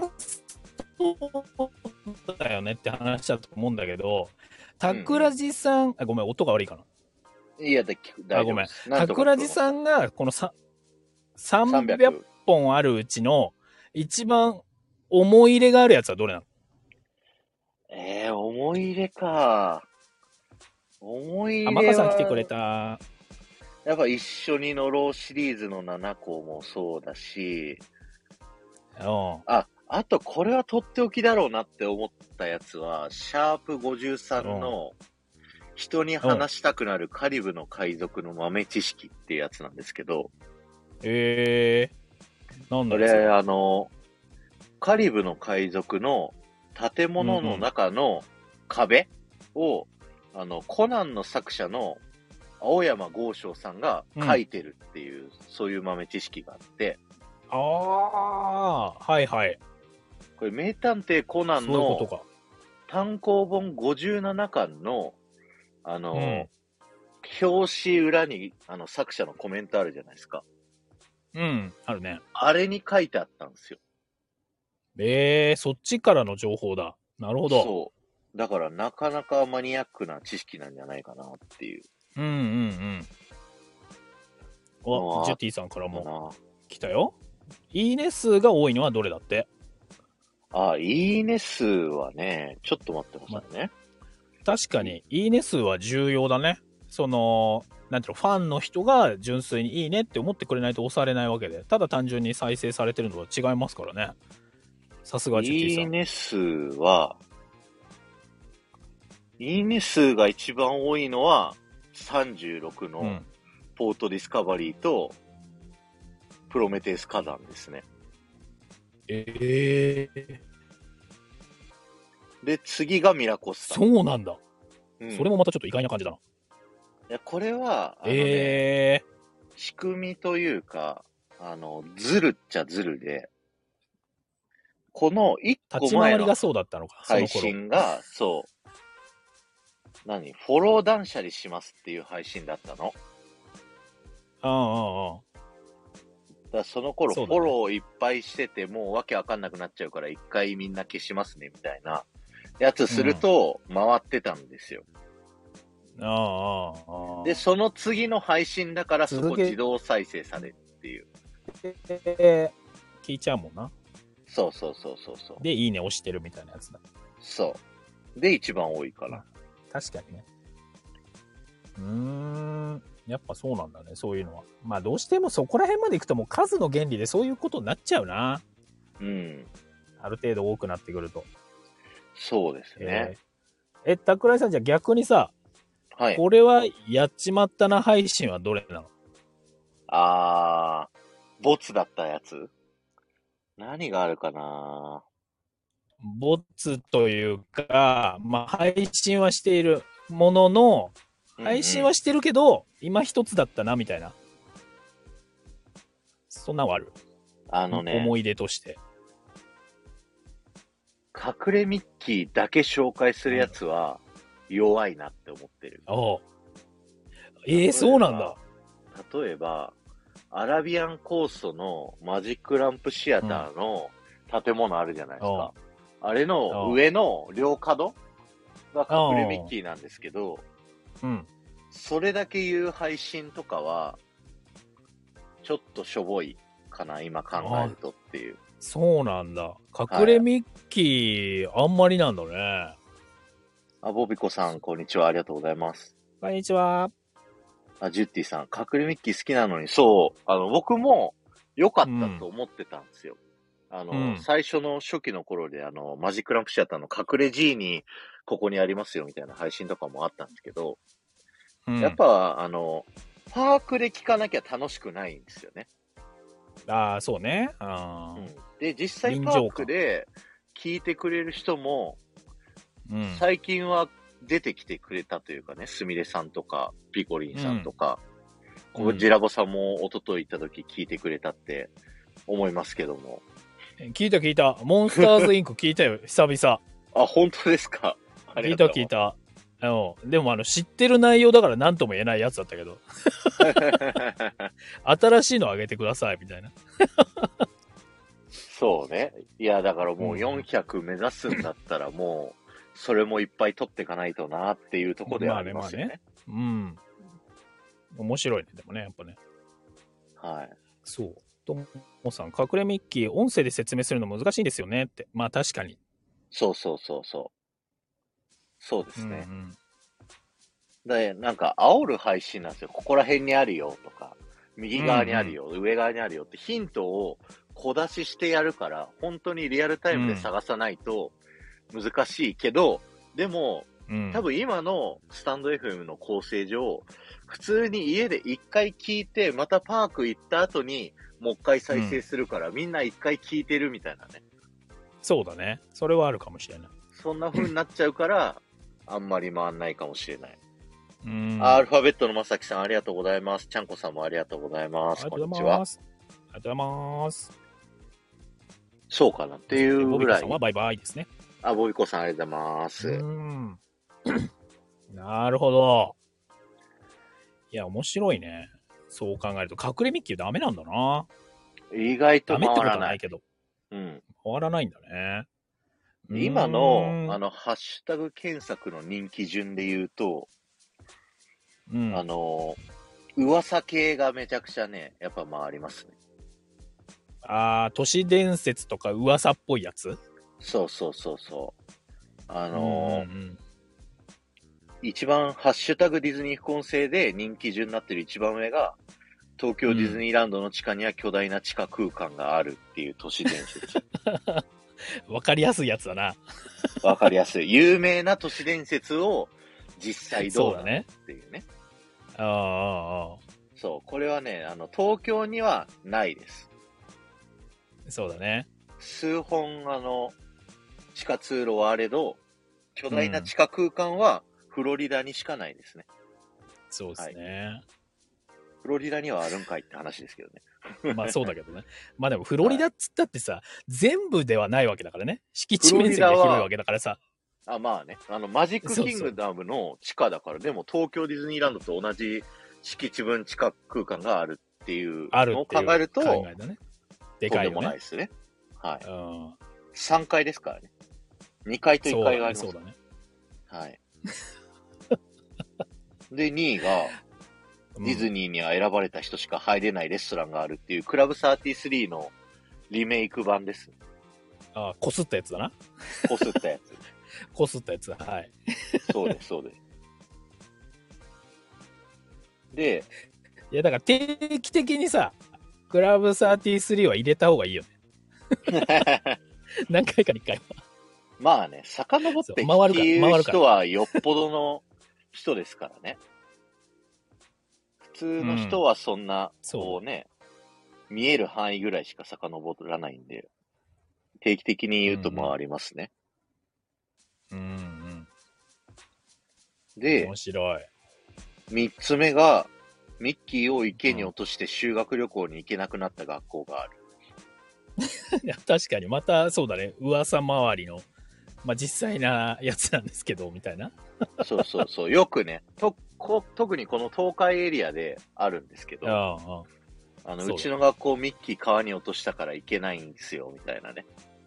そうだよねって話だと思うんだけど、タクラジさん、うんうん、あ、ごめん、音が悪いかな。 いや、大丈夫。あ、 ごめん。タクラジさんが、このささんびゃっぽんあるうちの、一番思い入れがあるやつはどれなの？ えー、思い入れか。思い入れは。 あ、マカさん来てくれた。 やっぱ一緒に乗ろうシリーズのななこもそうだし、 うん。 あ、あとこれはとっておきだろうなって思ったやつは、シャープごじゅうさんの人に話したくなるカリブの海賊の豆知識っていうやつなんですけど。 えー、なんだろう。 これ、あの、カリブの海賊の建物の中の壁を、うんうん、あの、コナンの作者の青山剛昌さんが書いてるっていう、うん、そういう豆知識があって。 ああ、はいはい。 これ、名探偵コナンの単行本ごじゅうななかんの、あの、うん、表紙裏にあの作者のコメントあるじゃないですか。 うん、あるね。 あれに書いてあったんですよ。 ええー、そっちからの情報だ。なるほど。 そう。だからなかなかマニアックな知識なんじゃないかなっていう。 うんうんうん。お、ジュティさんからも来たよ。いいね数が多いのはどれだって？ あ、いいね数はね、ちょっと待ってくださいね。 ま、確かに、いいね数は重要だね。 その、なんていうの、ファンの人が純粋にいいねって思ってくれないと押されないわけで、ただ単純に再生されてるのは違いますからね。さすがジュティさん。 いいね数は、いいね数が一番多いのは、さんじゅうろくのポートディスカバリーと、プロメテウス火山ですね。 ええー。で、次がミラコスタ。 そうなんだ。 うん、 それもまたちょっと意外な感じだな。 いや、これは、あのね、 えー、 仕組みというか、あの、ずるっちゃずるで、この一個前の配信が、そう、何フォロー断捨離しますっていう配信だったの。 ああ、ああ。 だからその頃、フォローいっぱいしてて、もうわけわかんなくなっちゃうから、一回みんな消しますね、みたいなやつすると、回ってたんですよ。 うん、ああ、 で、その次の配信だから、そこ自動再生されるっていう。 えー、聞いちゃうもんな。 そうそうそうそうそう。 で、いいね押してるみたいなやつだ。 そう。で、一番多いから。 確かにね。うーん。やっぱそうなんだね、そういうのは。まあ、どうしてもそこら辺まで行くともう数の原理でそういうことになっちゃうな。 うん。 ある程度多くなってくると。 そうですね。 えー、え、桜井さんじゃあ逆にさ、はい。これはやっちまったな配信はどれなの？ あー、ボツだったやつ？何があるかな？ ボツというか、まあ、配信はしているものの、配信はしてるけど、うんうん、今一つだったな、みたいな。そんなのある？ あのね。 思い出として。 隠れミッキーだけ紹介するやつは弱いなって思ってる。 ああ。ええー、そうなんだ。 例えば、アラビアンコーストのマジックランプシアターの建物あるじゃないですか。うん、あれの上の両角が隠れミッキーなんですけど、 うん。 それだけ言う配信とかは、ちょっとしょぼいかな、今考えるとっていう。 そうなんだ。隠れミッキー、はい、あんまりなんだね。 あ、ボビコさん、こんにちは。ありがとうございます。 こんにちは。 あ、ジュッティさん、隠れミッキー好きなのに、そう、あの、僕も良かったと思ってたんですよ。うん、あの、うん、最初の初期の頃で、あの、マジックランプシアターの隠れ G にここにありますよみたいな配信とかもあったんですけど、うん、やっぱ、あの、パークで聞かなきゃ楽しくないんですよね。 ああ、そうね。あうん、で、実際パークで聞いてくれる人も、うん、最近は出てきてくれたというかね、すみれさんとか、ピコリンさんとか、うん、こジラボさんも一昨日行った時聞いてくれたって思いますけども。 聞いた聞いた。モンスターズインク聞いたよ、久々。 あ、本当ですか？ 聞いた聞いた。あの、でもあの、知ってる内容だから何とも言えないやつだったけど。新しいのあげてください、みたいな。 そうね。いや、だからもうよんひゃく目指すんだったらもう、それもいっぱい取っていかないとなっていうところではありますよね。 まあね、まあね。うん。面白いね、でもね、やっぱね。 はい。 そう。ともさん、隠れミッキー、音声で説明するの難しいんですよねって。まあ確かに。 そうそうそうそう。そうですね。うんうん、で、なんか、煽る配信なんですよ。ここら辺にあるよとか、右側にあるよ、うんうん、上側にあるよってヒントを小出ししてやるから、本当にリアルタイムで探さないと難しいけど、うん、でも、うん、多分今のスタンド エフエム の構成上、普通に家で一回聞いて、またパーク行った後にもう一回再生するから、うん、みんな一回聞いてるみたいなね。 そうだね。それはあるかもしれない。 そんな風になっちゃうから、あんまり回んないかもしれない。うん、アルファベットのまさきさんありがとうございます。ちゃんこさんもありがとうございます。こんにちは。ありがとうございます。 そうかなっていうぐらい。 ボビコさんはバイバイですね。 あ、ボビコさんありがとうございます。 うんなるほど。いや、面白いね。そう考えると、隠れミッキーダメなんだな。 意外と回らない。ダメってことはないけど。 うん。 回らないんだね。 今の、あの、ハッシュタグ検索の人気順で言うと、うん、あの、噂系がめちゃくちゃね、やっぱ回りますね。 ああ、都市伝説とか噂っぽいやつ？ そうそうそうそう。あのーうんうん、 一番ハッシュタグディズニー副音声で人気順になってる一番上が、東京ディズニーランドの地下には巨大な地下空間があるっていう都市伝説。 わかりやすいやつだな。 わかりやすい。有名な都市伝説を実際どうなのっていうね。 ああ、ああ。 そう、これはね、あの、東京にはないです。 そうだね。 数本、あの、地下通路はあれど、巨大な地下空間はフロリダにしかないですね。 うん、そうですね、はい。 フロリダにはあるんかいって話ですけどね。 まあそうだけどね。まあでもフロリダっつったってさ、はい、全部ではないわけだからね。敷地面積が広いわけだからさ。 あ、まあね。あの、マジックキングダムの地下だから、そうそう、でも東京ディズニーランドと同じ敷地分地下空間があるっていうのを考えると、考えだね、でかいよね。とんでもないですね。はい。うん、さんがいですからね。にかいといっかいがあります。そうだね。そうだね。はい。で、にいが、ディズニーには選ばれた人しか入れないレストランがあるっていう、クラブサーティースリーのリメイク版です。 ああ、こすったやつだな。 こすったやつ。 こすったやつだ。はい。 そうです、そうです。で、 いや、だから定期的にさ、クラブサーティースリーは入れた方がいいよね。何回かにいっかいは。 まあね、遡って聞く人はよっぽどの人ですからね。普通の人はそんな、うん、こうね、見える範囲ぐらいしか遡らないんで、定期的に言うと回りますね。 うん、うん、 で、 面白い。 三つ目が、ミッキーを池に落として修学旅行に行けなくなった学校がある。 いや確かに、またそうだね、噂回りの、まあ実際なやつなんですけど、みたいな。 そうそうそう、よくね、とこ特にこの東海エリアであるんですけど、あああのうちの学校ミッキー川に落としたから行けないんですよ、みたいなね。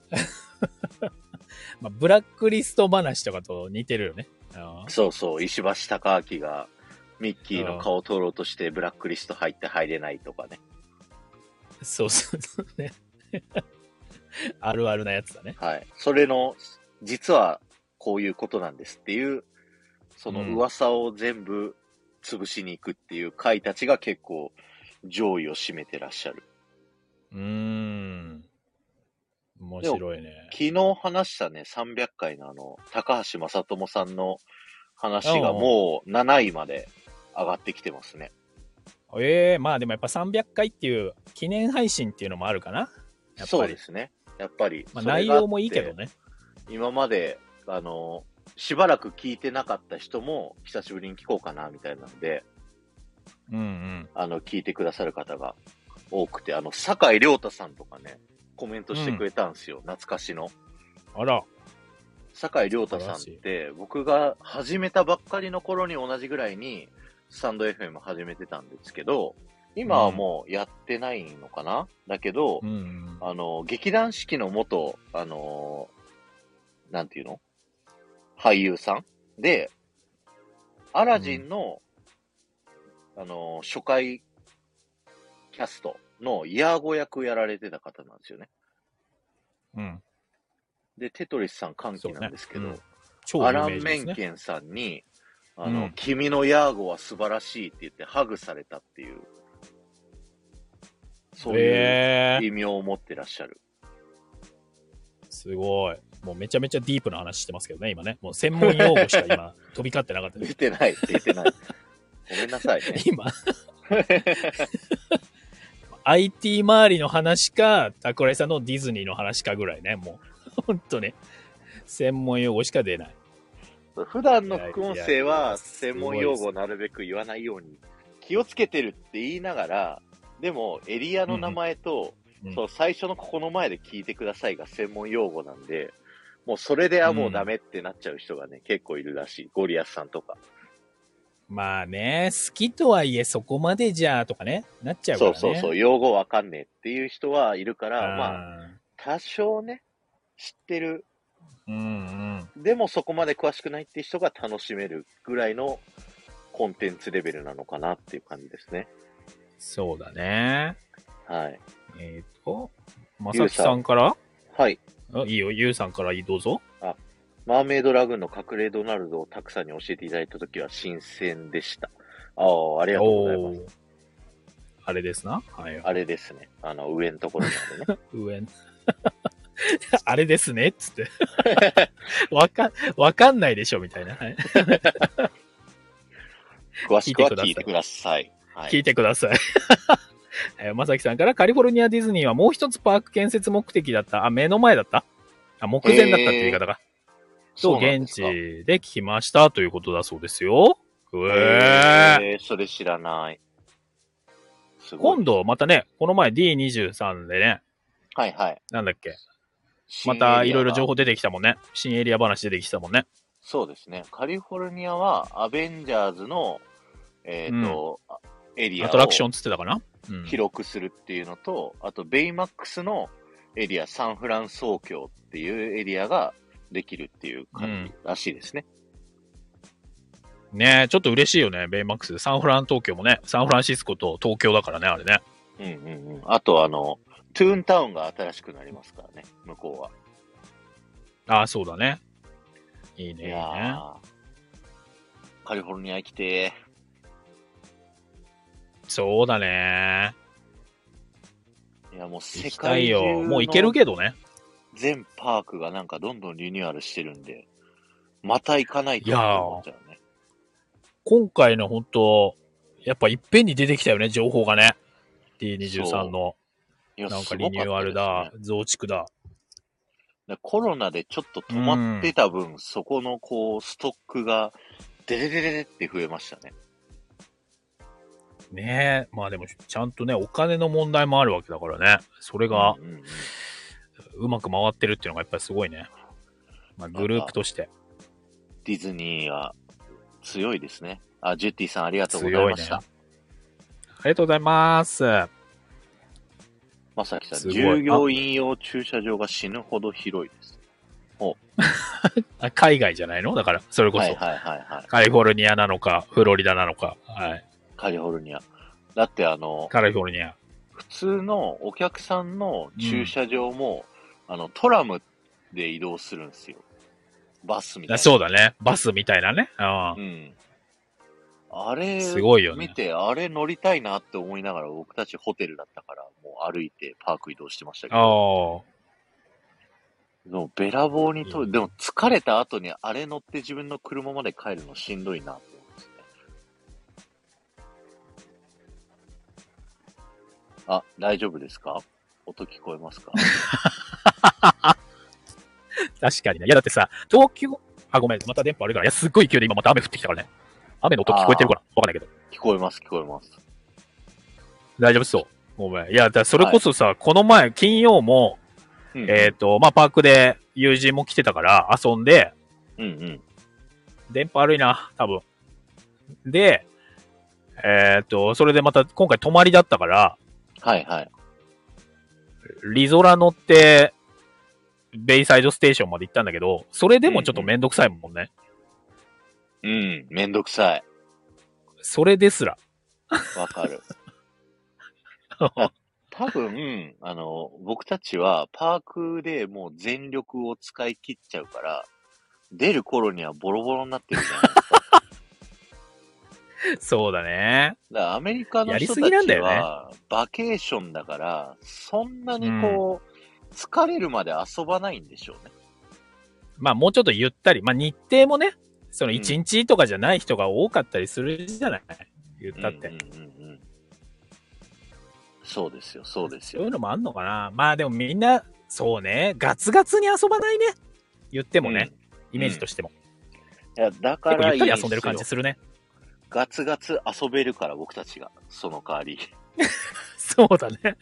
まあブラックリスト話とかと似てるよね。 あそうそう、石橋貴明がミッキーの顔を取ろうとしてブラックリスト入って入れないとかね。 そうそうそうね。あるあるなやつだね。 はい。それの、実はこういうことなんですっていう、その噂を全部潰しに行くっていう回たちが結構上位を占めてらっしゃる。 うーん。面白いね。 昨日話したね、さんびゃっかいのあの、高橋正智さんの話がもうなないまで上がってきてますね。 ええー、まあでもやっぱさんびゃっかいっていう記念配信っていうのもあるかな。やっぱりそうですね。やっぱり。 まあ内容もいいけどね。 今まで、あの、しばらく聞いてなかった人も久しぶりに聞こうかなみたいなので、 うんうん。 あの、聞いてくださる方が多くて、あの、酒井亮太さんとかね、コメントしてくれたんですよ。うん、懐かしの。 あら。 酒井亮太さんって、僕が始めたばっかりの頃に同じぐらいに、スタンド エフエム 始めてたんですけど、今はもうやってないのかな、うん、だけど、うんうん、あの、劇団四季の元、あの、なんていうの俳優さんで、アラジンの、うん、あの、初回キャストのヤーゴ役やられてた方なんですよね。 うん。 で、テトリスさん歓喜なんですけど、ねうん、 アラン・メンケンさんに、あの、うん、君のヤーゴは素晴らしいって言ってハグされたっていう、そういう意味を持ってらっしゃる。 えー、すごい。もうめちゃめちゃディープな話してますけどね、今ね。もう専門用語しか今飛び交ってなかった出てない、出てない。ごめんなさいね。 今。アイティー 周りの話か、桜井さんのディズニーの話かぐらいね、もう。ほんとね。専門用語しか出ない。 普段の副音声は専門用語をなるべく言わないように気をつけてるって言いながら、でもエリアの名前と、うんうん、そう最初のここの前で聞いてくださいが専門用語なんで、もうそれではもうダメってなっちゃう人がね、うん、結構いるらしい。ゴリアスさんとか。 まあね、好きとはいえそこまでじゃあとかね、なっちゃうからね。 そうそうそう、用語わかんねえっていう人はいるから、あまあ、多少ね、知ってる。 うんうん。 でもそこまで詳しくないっていう人が楽しめるぐらいのコンテンツレベルなのかなっていう感じですね。 そうだね。 はい。 えっと、まさきさんからはい。 あいいよ、ゆうさんからどうぞ。 あ、 マーメイドラグーンの隠れドナルドをたくさんに教えていただいたときは新鮮でした。ああ、ありがとうございます。 あれですな。はい。 あれですね。あの、上のところにあるね。 上あれですねっつって。わか、わかんないでしょみたいな。はい、 詳しくは聞いてください。 はい、聞いてください。えー、まさきさんからカリフォルニアディズニーはもう一つパーク建設目的だった。あ、目の前だったあ、目前だったって言い方が。と、現地で聞きましたということだそうですよ。 えー、えー、それ知らない。 すごい。今度、またね、この前 ディーにじゅうさん でね。 はいはい。 なんだっけ。またいろいろ情報出てきたもんね。新エリア話出てきたもんね。 そうですね。カリフォルニアはアベンジャーズの、えっ、ー、と、うん、エリアをアトラクションつってたかな、 うん、広くするっていうのと、あとベイマックスのエリア、サンフラン総教っていうエリアができるっていう感じらしいですね。 うん、ねえ、ちょっと嬉しいよね、ベイマックス。サンフラン東京もね、サンフランシスコと東京だからね、あれね。 うんうんうん。あとあの、トゥーンタウンが新しくなりますからね、向こうは。 ああ、そうだね。いいね。いやね。 カリフォルニア行きてー。 そうだね。 いやもう世界中のもう行けるけどね。 全パークがなんかどんどんリニューアルしてるんで、また行かないと思っちゃうね。 今回の本当やっぱいっぺんに出てきたよね、情報がね。ディーにじゅうさん の。なんかリニューアルだ、ね、増築だ。 コロナでちょっと止まってた分、そこのこう、ストックが、デレデレデって増えましたね。 ねえ。まあでも、ちゃんとね、お金の問題もあるわけだからね。それが、うんうんうん、うまく回ってるっていうのがやっぱりすごいね。まあグループとして。 ディズニーは強いですね。あ、ジュッティさんありがとうございました。 ね、ありがとうございます。 まさきさん、従業員用駐車場が死ぬほど広いです。お海外じゃないのだから、それこそ。 はいはいはいはい。 カリフォルニアなのか、フロリダなのか。はい。 カリフォルニア。だってあの、 カリフォルニア。 普通のお客さんの駐車場も、うん、あの、トラムで移動するんですよ。バスみたいな。 そうだね。バスみたいなね。うん。 うんあれ、 すごいよね。 見て、あれ乗りたいなって思いながら、僕たちホテルだったから、もう歩いてパーク移動してましたけど。ああ。でも、べらぼうにと、でも疲れた後にあれ乗って自分の車まで帰るのしんどいなって思うんですね。あ、大丈夫ですか？音聞こえますか？ 確かにね。いや、だってさ、東京、あ、ごめん、また電波悪いから。いや、すっごい勢いで今また雨降ってきたからね。雨の音聞こえてるかなわかんないけど。 聞こえます、聞こえます。 大丈夫そう。ごめん。いや、だそれこそさ、はい、この前、金曜も、うんうん、えっ、ー、と、まあ、パークで友人も来てたから遊んで、 うんうん。 電波悪いな、多分。で、えっ、ー、と、それでまた今回泊まりだったから、 はいはい。 リゾラ乗って、ベイサイドステーションまで行ったんだけど、それでもちょっとめんどくさいもんね。 うん、うん、めんどくさい。 それですら。 わかる。多分、あの、僕たちはパークでもう全力を使い切っちゃうから、出る頃にはボロボロになってるじゃないですか。 そうだね。 だからアメリカの人たちは、バケーションだから、そんなにこう、うん、疲れるまで遊ばないんでしょうね。 まあもうちょっとゆったり。まあ日程もね、その一日とかじゃない人が多かったりするじゃない、うん、言ったって。うんうんうんうん、 そうですよ、そうですよ。 そういうのもあんのかな。まあでもみんな、そうね、ガツガツに遊ばないね。言ってもね、うん、イメージとしても。 うん、いや、だからいい結構ゆったり遊んでる感じするね。 ガツガツ遊べるから僕たちが、その代わり。 そうだね。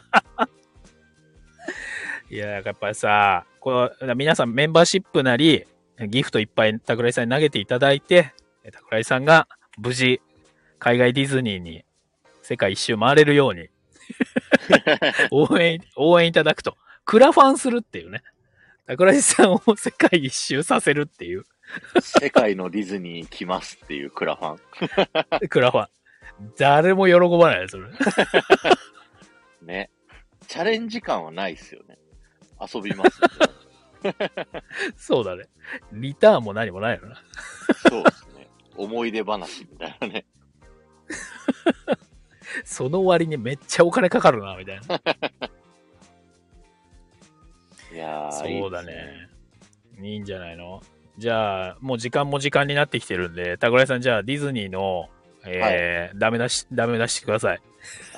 いや、やっぱりさ、この皆さんメンバーシップなり、ギフトいっぱい桜井さんに投げていただいて、桜井さんが無事、海外ディズニーに世界一周回れるように応援、応援いただくと。クラファンするっていうね。桜井さんを世界一周させるっていう。 世界のディズニー来ますっていうクラファン。クラファン。誰も喜ばない、それ。 ね。チャレンジ感はないっすよね。遊びます、ね。 そうだね。リターンも何もないよな。 そうですね。思い出話みたいなね。 その割にめっちゃお金かかるな、みたいな。 いやー、 そうだね。 いいですね。 いいんじゃないの？じゃあ、もう時間も時間になってきてるんで、桜井さん、じゃあディズニーの、えーはい、ダメ出し、ダメ出してください。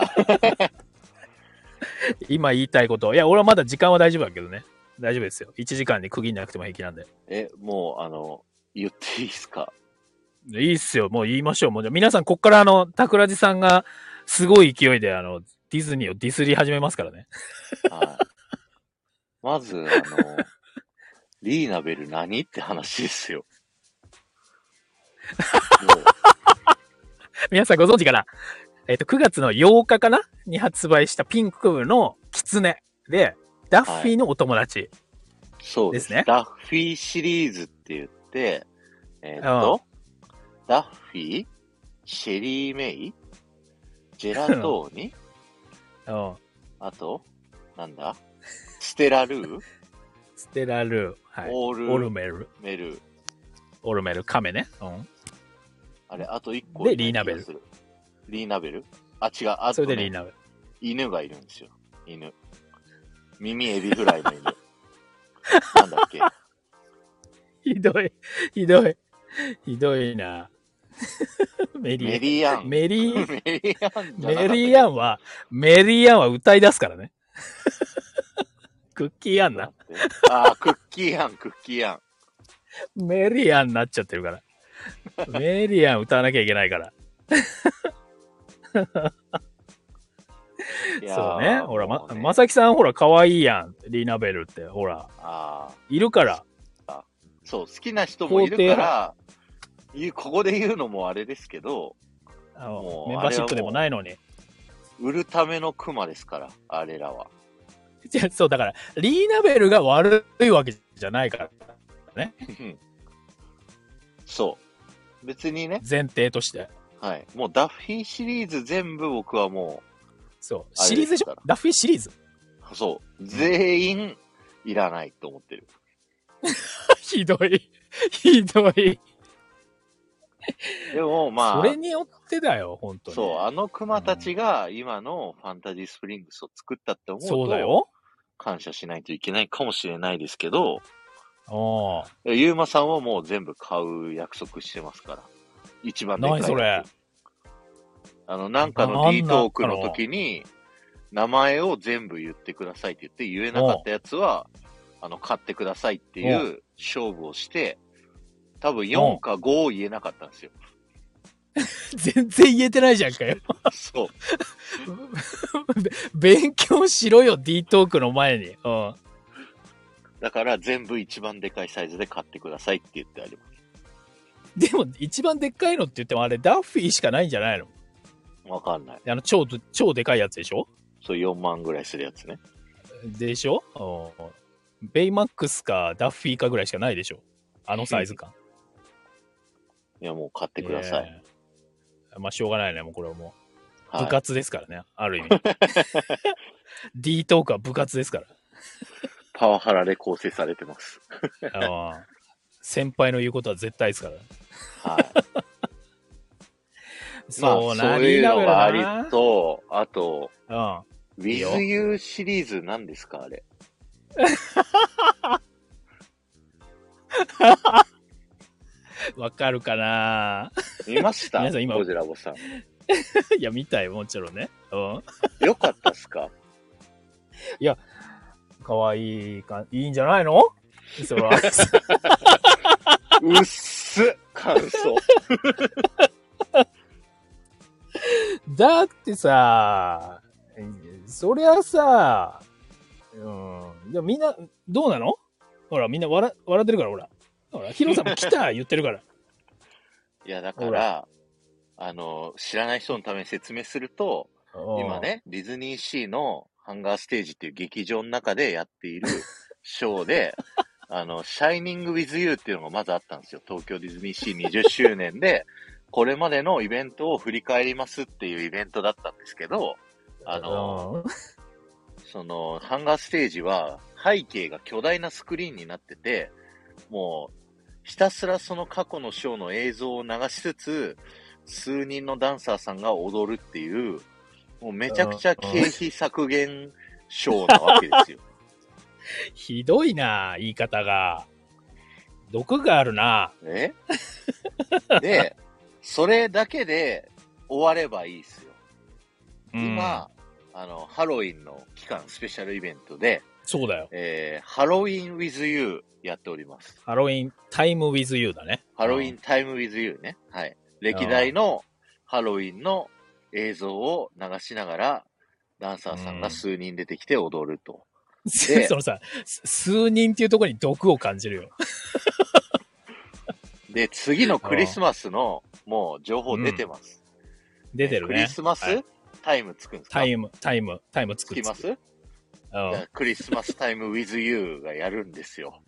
今言いたいこと。いや、俺はまだ時間は大丈夫だけどね。大丈夫ですよ。いちじかんに区切んなくても平気なんで。 え、もう、あの、言っていいですか？ いいっすよ。もう言いましょう。もうじゃ皆さん、こっからあの、桜地さんがすごい勢いで、あの、ディズニーをディスり始めますからね。 はい。まず、あの、リーナベル何って話ですよ。 皆さんご存知かな？えっと、くがつのようかかなに発売したピンクのキツネで、ダッフィーのお友達、はい。 そうですね。ダッフィーシリーズって言って、えー、っと、うん、ダッフィー、シェリーメイ、ジェラトーニ、うん、あと、なんだステラルーステラルー、はい、 オール、 オルメル。 メル。 オルメル、カメね。うん。 あれ、あといっこ。 で、リーナベル。 リーナベルあ、違う。あと、ね、 それでリーナベル。 犬がいるんですよ。犬。耳エビフライの犬。なんだっけ。 ひどい。ひどい。ひどいな。メリメリーアン。 メリー、 メリーアンじゃなかったっけ。 メリーアンは、メリーアンは歌い出すからね。クッキーアンな。 ああ、クッキーアン、クッキーアン。 メリーアンになっちゃってるから。メリーアン歌わなきゃいけないから。そうね。ほら、ま、まさきさんほら、可愛いやん。リーナベルって、ほら。あいるから。 あそう、好きな人もいるから、ここで言うのもあれですけど、 もうメンバーシップでもないのに。 売るためのクマですから、あれらは。 そう、だから、リーナベルが悪いわけじゃないからね。 そう。別にね。 前提として。 はい。もうダッフィーシリーズ全部僕はもう。 そう。シリーズでしょ？ダッフィーシリーズ。 そう。全員いらないと思ってる。 ひどい。ひどい。 でもまあ。 それによってだよ、本当に。 そう。あのクマたちが今のファンタジースプリングスを作ったって思うと。 そうだよ。 感謝しないといけないかもしれないですけど。 ああ。 ゆうまさんはもう全部買う約束してますから。一番でかい。 何それ。 あの、なんかの D トークの時に、名前を全部言ってくださいって言って、言えなかったやつは、あの、買ってくださいっていう勝負をして、多分よんかごを言えなかったんですよ。 全然言えてないじゃんかよ。 そう。 勉強しろよ、D トークの前に。うん。 だから全部一番でかいサイズで買ってくださいって言ってあります。 でも、一番でっかいのって言ってもあれ、ダッフィーしかないんじゃないの？ わかんない。 あの、超、超でかいやつでしょ？ そう、よんまんぐらいするやつね。 でしょ？ベイマックスかダッフィーかぐらいしかないでしょ？あのサイズ感。 いや、もう買ってください。 えー、まあ、しょうがないね、もうこれはもう。部活ですからね、はい、ある意味。D トークは部活ですから。 パワハラで構成されてます。 あ先輩の言うことは絶対ですから。 はい。そうな、まあ、そういうのがありと、あと、うん、With You シリーズ何ですかあれ。 わかるかな見ました皆さん今。 ゴジラボさん。 いや、見たい、もちろんね。うん。 よかったっすか？ いや、かわいいか、いいんじゃないの？それは。 うっす、感想。 だってさ、そりゃさ、うん。でもみんな、どうなの？ほら、みんな笑、笑ってるから、ほら。ほら、ヒロさんも来た言ってるから。 いや、だから、あの、知らない人のために説明すると、今ね、ディズニーシーのハンガーステージっていう劇場の中でやっているショーで、あの、シャイニングウィズユーっていうのがまずあったんですよ。東京ディズニーシーにじゅっしゅうねんで、これまでのイベントを振り返りますっていうイベントだったんですけど、あの、 その、ハンガーステージは背景が巨大なスクリーンになってて、もう、ひたすらその過去のショーの映像を流しつつ、数人のダンサーさんが踊るっていう、もうめちゃくちゃ経費削減ショーなわけですよ。 ひどいな、言い方が。毒があるな。 えで、それだけで終わればいいですよ。今、うん、あの、ハロウィンの期間スペシャルイベントで、 そうだよ。 えー、ハロウィン with you やっております。 ハロウィンタイム with you だね。 ハロウィンタイム with you ね。はい。歴代のハロウィンの映像を流しながら、ダンサーさんが数人出てきて踊ると。 で、そのさ、数人っていうところに毒を感じるよ。 で、次のクリスマスのもう情報出てます。 うん、出てるね。 クリスマス、はい、タイムつくんですか？ タイム、タイム、タイムつく。 つきます？うん、クリスマスタイム with you がやるんですよ。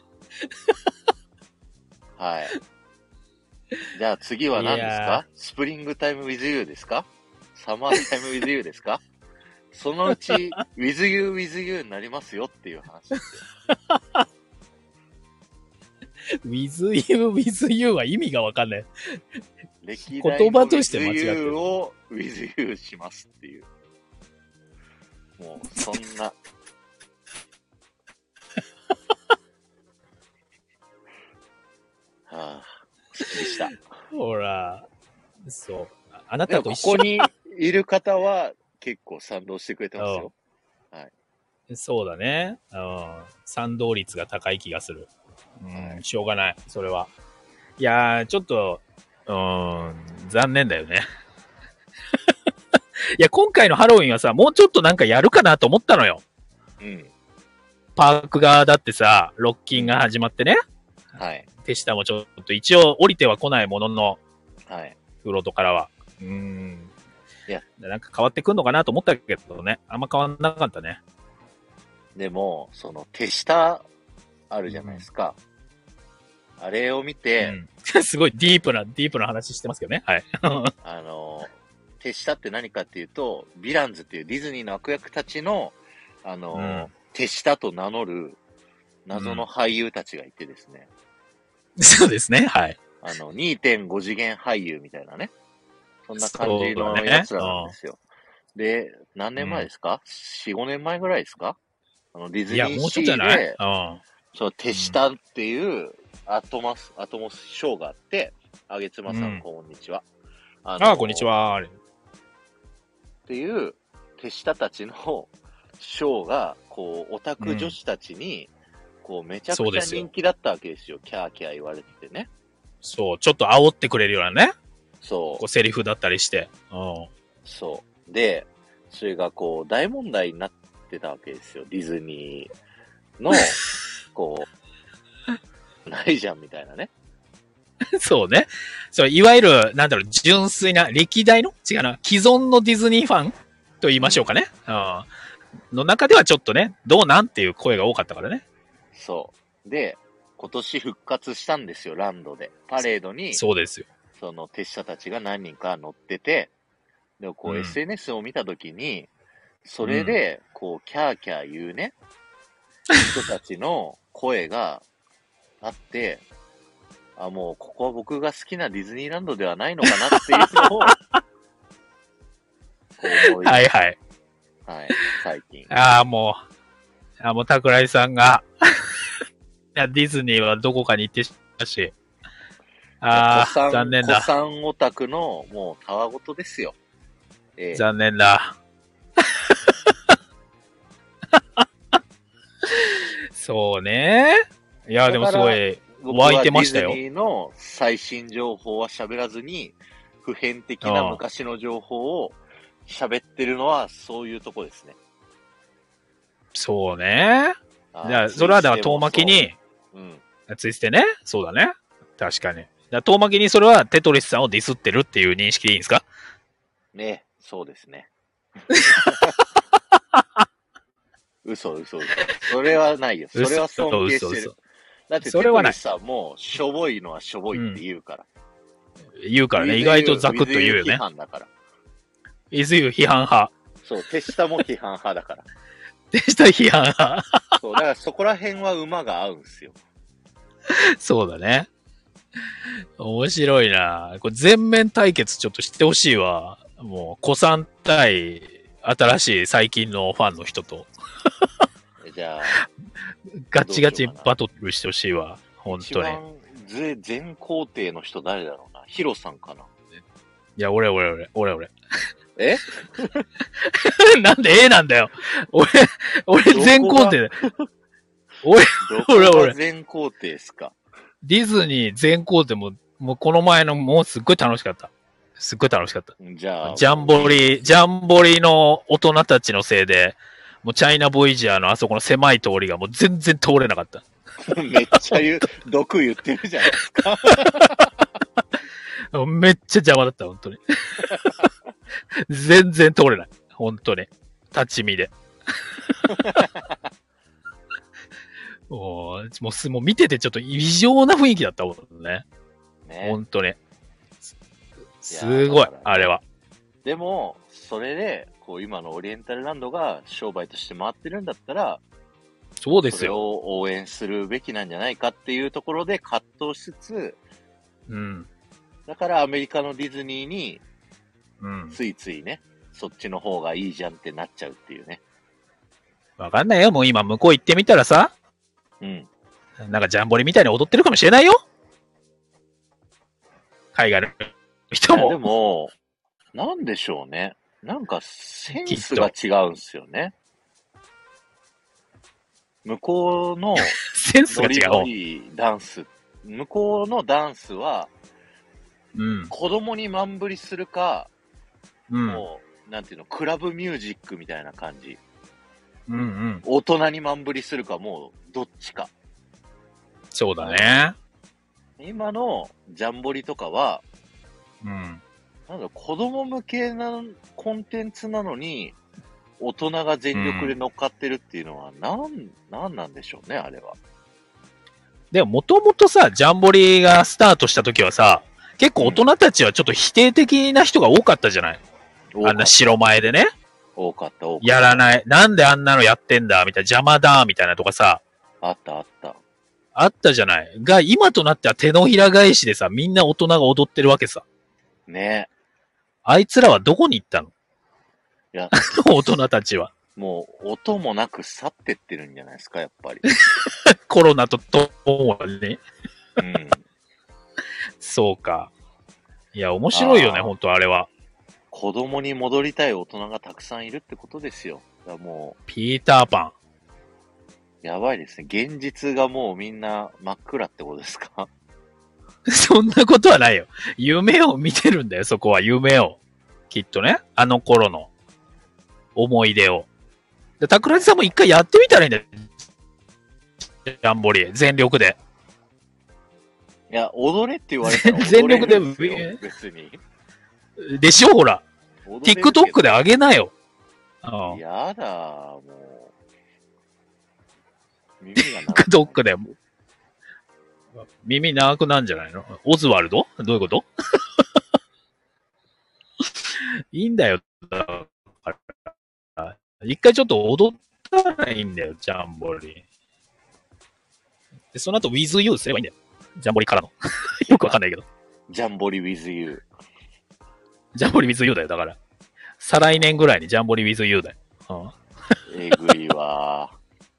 はい。じゃあ次は何ですか？スプリングタイム with you ですか？サマータイム with you ですか？そのうち with you with you になりますよっていう話ですよ。 with you with you は意味がわかんない。 歴代の言葉として間違ってる。 with you を with you しますっていう。もうそんな。はあ、好きでした。 ほら、そう。あなたと一緒。ここにいる方は結構賛同してくれてますよ。はい。 そうだね。うん。賛同率が高い気がする。うん、はい、しょうがない。それは。いやー、ちょっと、うーん、残念だよね。いや、今回のハロウィンはさ、もうちょっとなんかやるかなと思ったのよ。 うん。 パーク側だってさ、ロッキンが始まってね。 はい。 手下もちょっと一応降りては来ないものの、 はい。 フロートからは。うーん。 いや、 なんか変わってくんのかなと思ったけどね。あんま変わんなかったね。 でも、その手下あるじゃないですか。うん、あれを見て、 うん、すごいディープな、ディープな話してますけどね。はい。 あの、手下って何かっていうと、ヴィランズっていうディズニーの悪役たちの、あの、うん、手下と名乗る謎の俳優たちがいてですね。 うん、そうですね。はい。 あの、にてんご 次元俳優みたいなね。そんな感じのやつらなんですよ。ね、で、何年前ですか、うん、?よん、ごねんまえぐらいですかあの、ディズニーシーで、うん、そう、手下っていうアトマス、アトモスショーがあって、あげつまさん、こんにちは。 あのあ、こんにちは。 っていう手下たちのショーが、こう、オタク女子たちに、うん、こう、めちゃくちゃ人気だったわけですよ。キャーキャー言われててね。 そう、ちょっと煽ってくれるようなね。 そう。 こうセリフだったりして。うん。 そう。で、それがこう、大問題になってたわけですよ。ディズニーの、こう、ないじゃんみたいなね。 そうね。そう、いわゆる、なんだろう、純粋な、歴代の違うな、既存のディズニーファンと言いましょうかね。うん。の中ではちょっとね、どうなんっていう声が多かったからね。 そう。で、今年復活したんですよ、ランドで。パレードに。 そうですよ。 その手下たちが何人か乗ってて、でもこう、うん、エスエヌエス を見たときに、それで、こう、キャーキャー言うね、人たちの声があって、あ、もう、ここは僕が好きなディズニーランドではないのかなっていうのを、こう思いはいはい。 はい、最近。 ああ、もう、あもう、桜井さんが、いや、ディズニーはどこかに行ってたし、ああ、残念だ。 古参オタクの、もう、たわごとですよ。 えー、残念だ。そうね。いや、でもすごい、湧いてましたよ。 ディズニーの最新情報は喋らずに、普遍的な昔の情報を喋ってるのは、そういうとこですね。 そうね。じゃあ、それはだから遠巻きに、うん。ツイステね。そうだね。確かに。だ遠巻きにそれはテトリスさんをディスってるっていう認識でいいんですか？ ね、そうですね。嘘嘘嘘。それはないよ。それは尊敬してる。嘘嘘嘘だってテトリスさんもしょぼいのはしょぼいって言うから。 うん、言うからね。意外とザクッと言うよね。 批判だから。 いずゆ批判派。 そう、手下も批判派だから。 徹底した批判が。 そう、だからそこら辺は馬が合うんすよ。 そうだね。面白いな。これ全面対決ちょっと知ってほしいわ。もう、子さん対新しい最近のファンの人と。 じゃあ、 ガチガチバトルしてほしいわ。本当に。 一番全皇帝の人誰だろうな。ヒロさんかな。 いや、俺俺俺、俺俺。 えなんで A なんだよ。俺、俺全皇帝だよ。俺、俺俺。 全皇帝ですか。 ディズニー全皇帝も、もうこの前のもうすっごい楽しかった。すっごい楽しかった。 じゃあ。 ジャンボリー、ジャンボリーの大人たちのせいで、もうチャイナボイジャーのあそこの狭い通りがもう全然通れなかった。 めっちゃ言う、毒言ってるじゃないですか。 めっちゃ邪魔だった、本当に。全然通れない。本当に。立ち見で。もう、もう、もう見ててちょっと異常な雰囲気だったもんね。ね。本当に。すごい、あれは。 でも、それで、こう今のオリエンタルランドが商売として回ってるんだったら、 そうですよ。 それを応援するべきなんじゃないかっていうところで葛藤しつつ、 うん。 だからアメリカのディズニーに、 うん、 ついついね、そっちの方がいいじゃんってなっちゃうっていうね。 わかんないよ。もう今向こう行ってみたらさ、 うん。 なんかジャンボリみたいに踊ってるかもしれないよ。海外の人も。 でも、なんでしょうね。なんかセンスが違うんすよね。向こうのセンスが違う。 ノリノリダンス。向こうのダンスは、 うん、 子供にマンブリするか、 うん、 もう、なんていうの、クラブミュージックみたいな感じ。 うんうん、 大人にマンブリするか、もう、どっちか。 そうだね。 今のジャンボリとかは、 うん、 なんだ、子供向けなコンテンツなのに、大人が全力で乗っかってるっていうのは、なん、うん、なんなんでしょうね、あれは。 でも、もともとさ、ジャンボリがスタートした時はさ、結構大人たちはちょっと否定的な人が多かったじゃない、うん、あんな白前でね。 多かった、多かった。 やらない。なんであんなのやってんだみたいな、邪魔だみたいなとかさ。 あった、あった。 あったじゃない。が、今となっては手のひら返しでさ、みんな大人が踊ってるわけさ。 ね。 あいつらはどこに行ったの？ いや、 大人たちは。 もう、音もなく去ってってるんじゃないですか、やっぱり。 コロナとともに。 うん。 そうか。いや、面白いよね、ほんとあれは。 子供に戻りたい大人がたくさんいるってことですよ。だもう。 ピーターパン。 やばいですね。現実がもうみんな真っ暗ってことですか？ そんなことはないよ。夢を見てるんだよ、そこは。夢を。きっとね。あの頃の思い出を。で、桜地さんも一回やってみたらいいんだよ。ジャンボリー。全力で。 いや、踊れって言われたら全力で、 別に。 でしょほら。TikTok で上げなよ。 ああやだ、もう。耳が長く。TikTok で。耳長くなんじゃないの？オズワルド？どういうこと？いいんだよ。だから一回ちょっと踊ったらいいんだよ、ジャンボリー。で、その後 with you すればいいんだよ。ジャンボリーからの。よくわかんないけど。 ジャンボリ with you。 ジャンボリ with you だよ、だから。再来年ぐらいにジャンボリ with you だよ。 うん、えぐいわ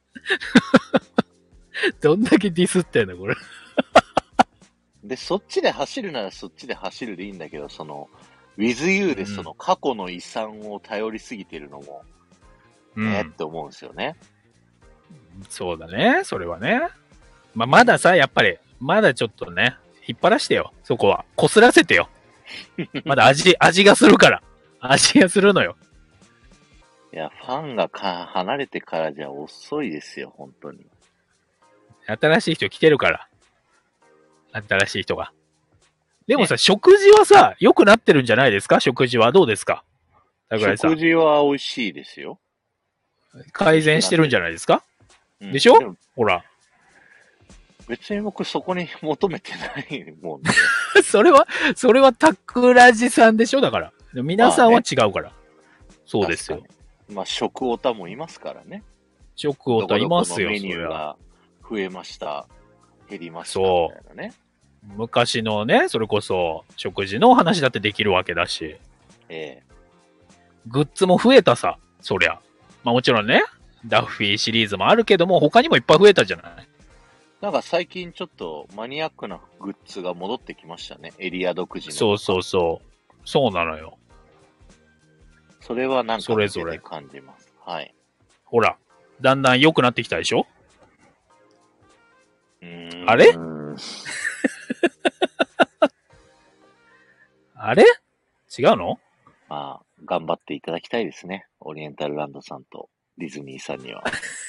どんだけディスってんの、これ。 で、そっちで走るならそっちで走るでいいんだけど、その、with you でその過去の遺産を頼りすぎてるのも、うん、ねって思うんですよね。 そうだね、それはね。まあ、まださ、やっぱり、まだちょっとね、引っ張らしてよ、そこは。こすらせてよ。まだ味、味がするから。味がするのよ。 いや、ファンがか離れてからじゃ遅いですよ、本当に。 新しい人来てるから。新しい人が。でもさ、ね、食事はさ、良くなってるんじゃないですか？食事はどうですか？ 食事は美味しいですよ。 改善してるんじゃないですか？うん、でしょ？でほら。 別に僕そこに求めてないもんね。 それは、それはタクラジさんでしょ？だから。皆さんは違うから。まあね、そうですよ。 まあ食オタもいますからね。 直オタいますよ、 メニューが増えました。減りました。 そう。 みたいなね。 昔のね、それこそ食事の話だってできるわけだし。 ええ。 グッズも増えたさ、そりゃ。まあもちろんね、ダッフィーシリーズもあるけども、他にもいっぱい増えたじゃない。 なんか最近ちょっとマニアックなグッズが戻ってきましたね。エリア独自の。 そうそうそう。そうなのよ。 それはなんか見てて感じます。はい。 ほら、だんだん良くなってきたでしょ？ うーん。 あれあれ違うの？ まあ、頑張っていただきたいですね。オリエンタルランドさんとディズニーさんには。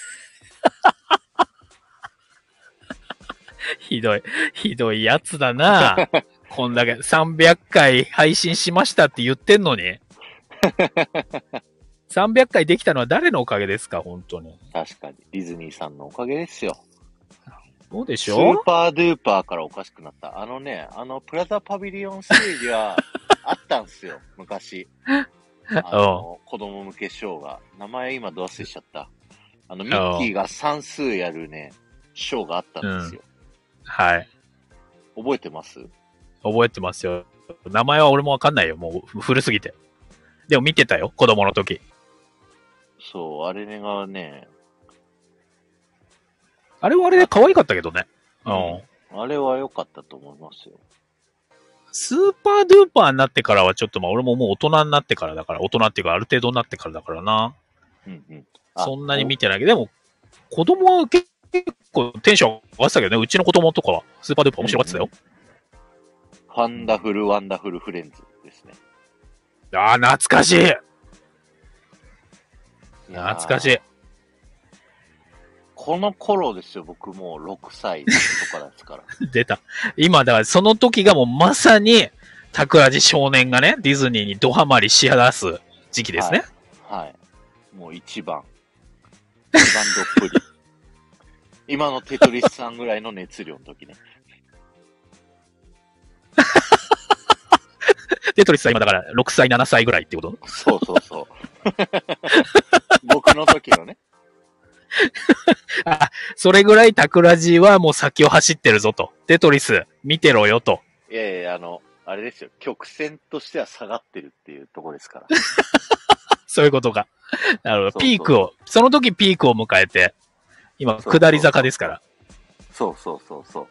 ひどい、ひどいやつだな。こんだけさんびゃっかい配信しましたって言ってんのに。さんびゃっかいできたのは誰のおかげですか、本当に。 確かに。ディズニーさんのおかげですよ。 そうでしょ？ スーパードゥーパーからおかしくなった。あのね、あの、プラザパビリオンステージはあったんすよ、昔。あの、子供向けショーが。名前今ど忘れしちゃった。あの、ミッキーが算数やるね、ショーがあったんですよ。 うん、はい。 覚えてます？ 覚えてますよ。名前は俺もわかんないよ、もう古すぎて。でも見てたよ、子供の時。 そう、あれがね、 あれはあれで可愛かったけどね。 うん。あれは良かったと思いますよ。 スーパードゥーパーになってからはちょっとまあ俺ももう大人になってからだから、大人っていうかある程度になってからだからな。 うんうん。 そんなに見てないけど、でも子供は結構テンション上がってたけどね、うちの子供とかはスーパードゥーパー面白かったよ。 うんうん、ファンダフルワンダフルフレンズですね。 ああ、懐かしい。懐かしい。 この頃ですよ、僕もうろくさいとかですから。 出た。今、だからその時がもうまさに、タクラジ少年がね、ディズニーにドハマりしだす時期ですね。 はい。はい、もう一番。一番どっぷり。今のテトリスさんぐらいの熱量の時ね。 テトリスさん今だからろくさい、ななさいぐらいってこと？ そうそうそう。僕の時のね。 あ、それぐらいタクラジはもう先を走ってるぞと。テトリス見てろよと。 いやいや、あの、あれですよ。曲線としては下がってるっていうところですから。 そういうことか。なるほど。ピークを、その時ピークを迎えて、今、下り坂ですから。 そうそうそうそう。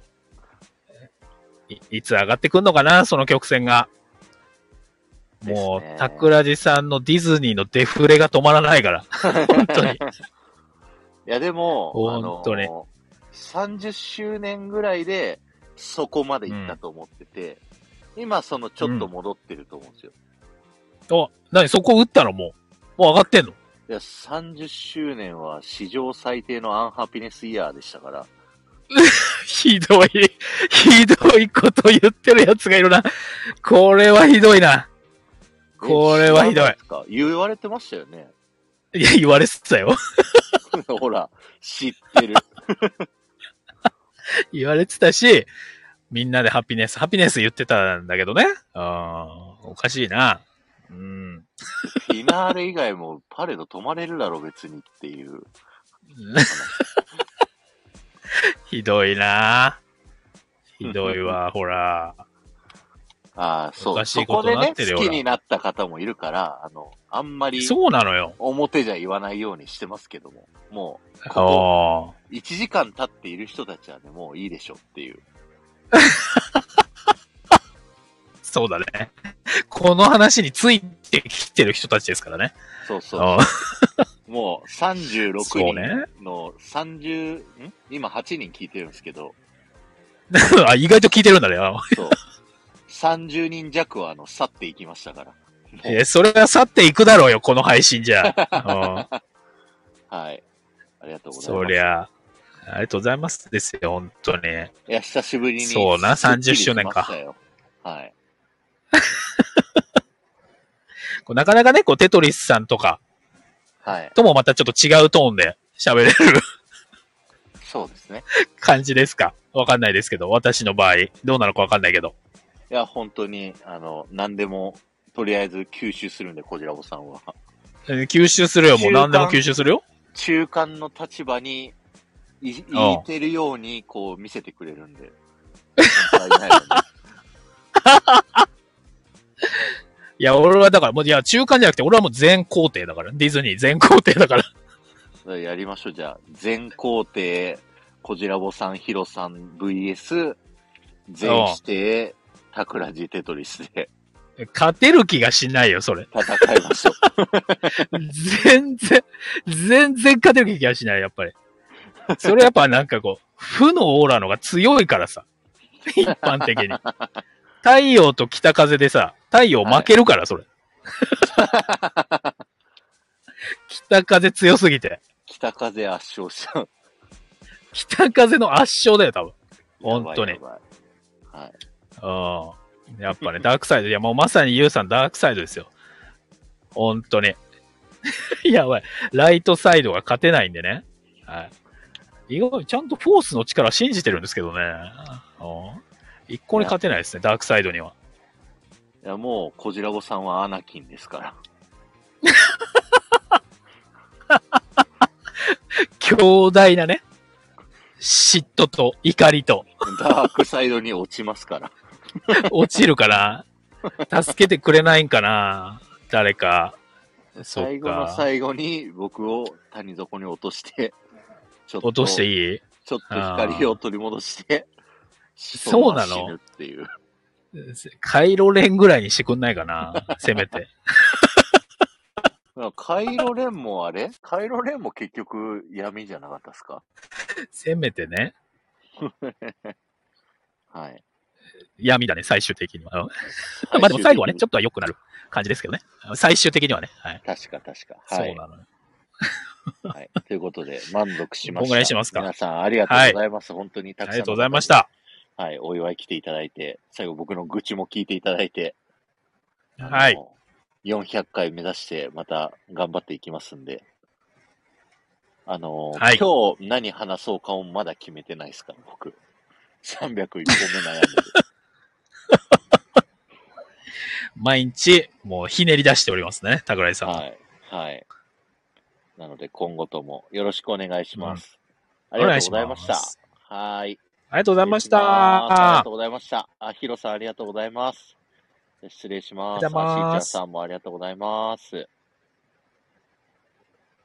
い, いつ上がってくんのかな、その曲線が。もう、タクラジさんのディズニーのデフレが止まらないから。本当に。 いや、でも、 本当に、 あのー、さんじゅっしゅうねんぐらいでそこまで行ったと思ってて、うん、今そのちょっと戻ってると思うんですよ。 うん、あ、なにそこ打ったのもうもう上がってんの？いや、さんじゅっしゅうねんは史上最低のアンハピネスイヤーでしたから。 ひどい、ひどいこと言ってるやつがいるな。これはひどいな。これはひどい。 言われてましたよね。 いや、言われてたよ。 ほら、知ってる。 言われてたし、みんなでハピネス、ハピネス言ってたんだけどね。あー、おかしいな。うん。 フィナーレ以外もパレード止まれるだろ、別にっていう。 ひどいな。ひどいわ、ほら。 ああ、そう。そこでね、好きになった方もいるから、あの、あんまり、 そうなのよ。 表じゃ言わないようにしてますけども、もう、ここ、いちじかん経っている人たちはね、もういいでしょっていう。 そうだね。この話についてきてる人たちですからね。 そうそう。もう、さんじゅうろくにんのさんじゅう、ん今はちにん聞いてるんですけど。 あ、意外と聞いてるんだね。 そう。さんじゅうにん弱は、あの、去っていきましたから。 えー、それは去っていくだろうよ、この配信じゃ。 はい。ありがとうございます。 そりゃ、ありがとうございますですよ、本当に。 いや、久しぶりに。 そうな、さんじゅっしゅうねんか。 はい。 なかなかね、こう、テトリスさんとか、 はい。 ともまたちょっと違うトーンで喋れる。 そうですね。 感じですか。わかんないですけど、私の場合、どうなのかわかんないけど。 いや、本当に、あの、何でも、とりあえず吸収するんで、こじらぼさんは。 吸収するよ、もう何でも吸収するよ。 中間の立場にい、いてるように、こう見せてくれるんで。本当はいないよね。 いや、俺はだから、もう、いや、中間じゃなくて、俺はもう全工程だから。ディズニー全工程だから。 やりましょう、じゃあ。全工程、こじらぼさん、ヒロさん ブイエス、全否定、タクラジテトリスで。 勝てる気がしないよ、それ。 戦いましょう。 全然、全然勝てる気がしない、やっぱり。それやっぱなんかこう、負のオーラのが強いからさ。一般的に。太陽と北風でさ、太陽負けるから、はい、それ。北風強すぎて。 北風圧勝しちゃう。 北風の圧勝だよ、多分。本当に。 はい。 うん。やっぱね、ダークサイド。いや、もうまさにユウさんダークサイドですよ。本当に。やばい。ライトサイドが勝てないんでね。はい。意外にちゃんとフォースの力信じてるんですけどね。うん。一向に勝てないですね、ダークサイドには。 いや、もう、コジラボさんはアナキンですから。 強大なね。嫉妬と怒りと。 ダークサイドに落ちますから。 落ちるかな？助けてくれないんかな？誰か。 最後の最後に僕を谷底に落として、 ちょっと。落としていい？ ちょっと光を取り戻して、 そうなの？ 死ぬっていう。 カイロレンぐらいにしてくんないかな？せめて。 カイロレンもあれ？カイロレンも結局闇じゃなかったですか？ せめてね。 はい。 闇だね、最終的には。まあでも最後はね、ちょっとは良くなる感じですけどね。最終的にはね。はい、 確か確か。 はい、そうなの。 はい。ということで、満足しました。 お願いしますか。 皆さんありがとうございます。はい、本当にたくさん。 ありがとうございました。 はい。お祝い来ていただいて、最後僕の愚痴も聞いていただいて。 はい。 よんひゃっかい目指してまた頑張っていきますんで。あのーはい、今日何話そうかもまだ決めてないですから、僕。さんびゃくいっぽんめ悩んでる。 毎日、もうひねり出しておりますね、桜井さん。 はい。はい。なので今後ともよろしくお願いします。うん、ありがとうございました。はい。 ありがとうございました。 ありがとうございました。あ、ヒロさんありがとうございます。失礼します。あ、しーちゃんさんもありがとうございます。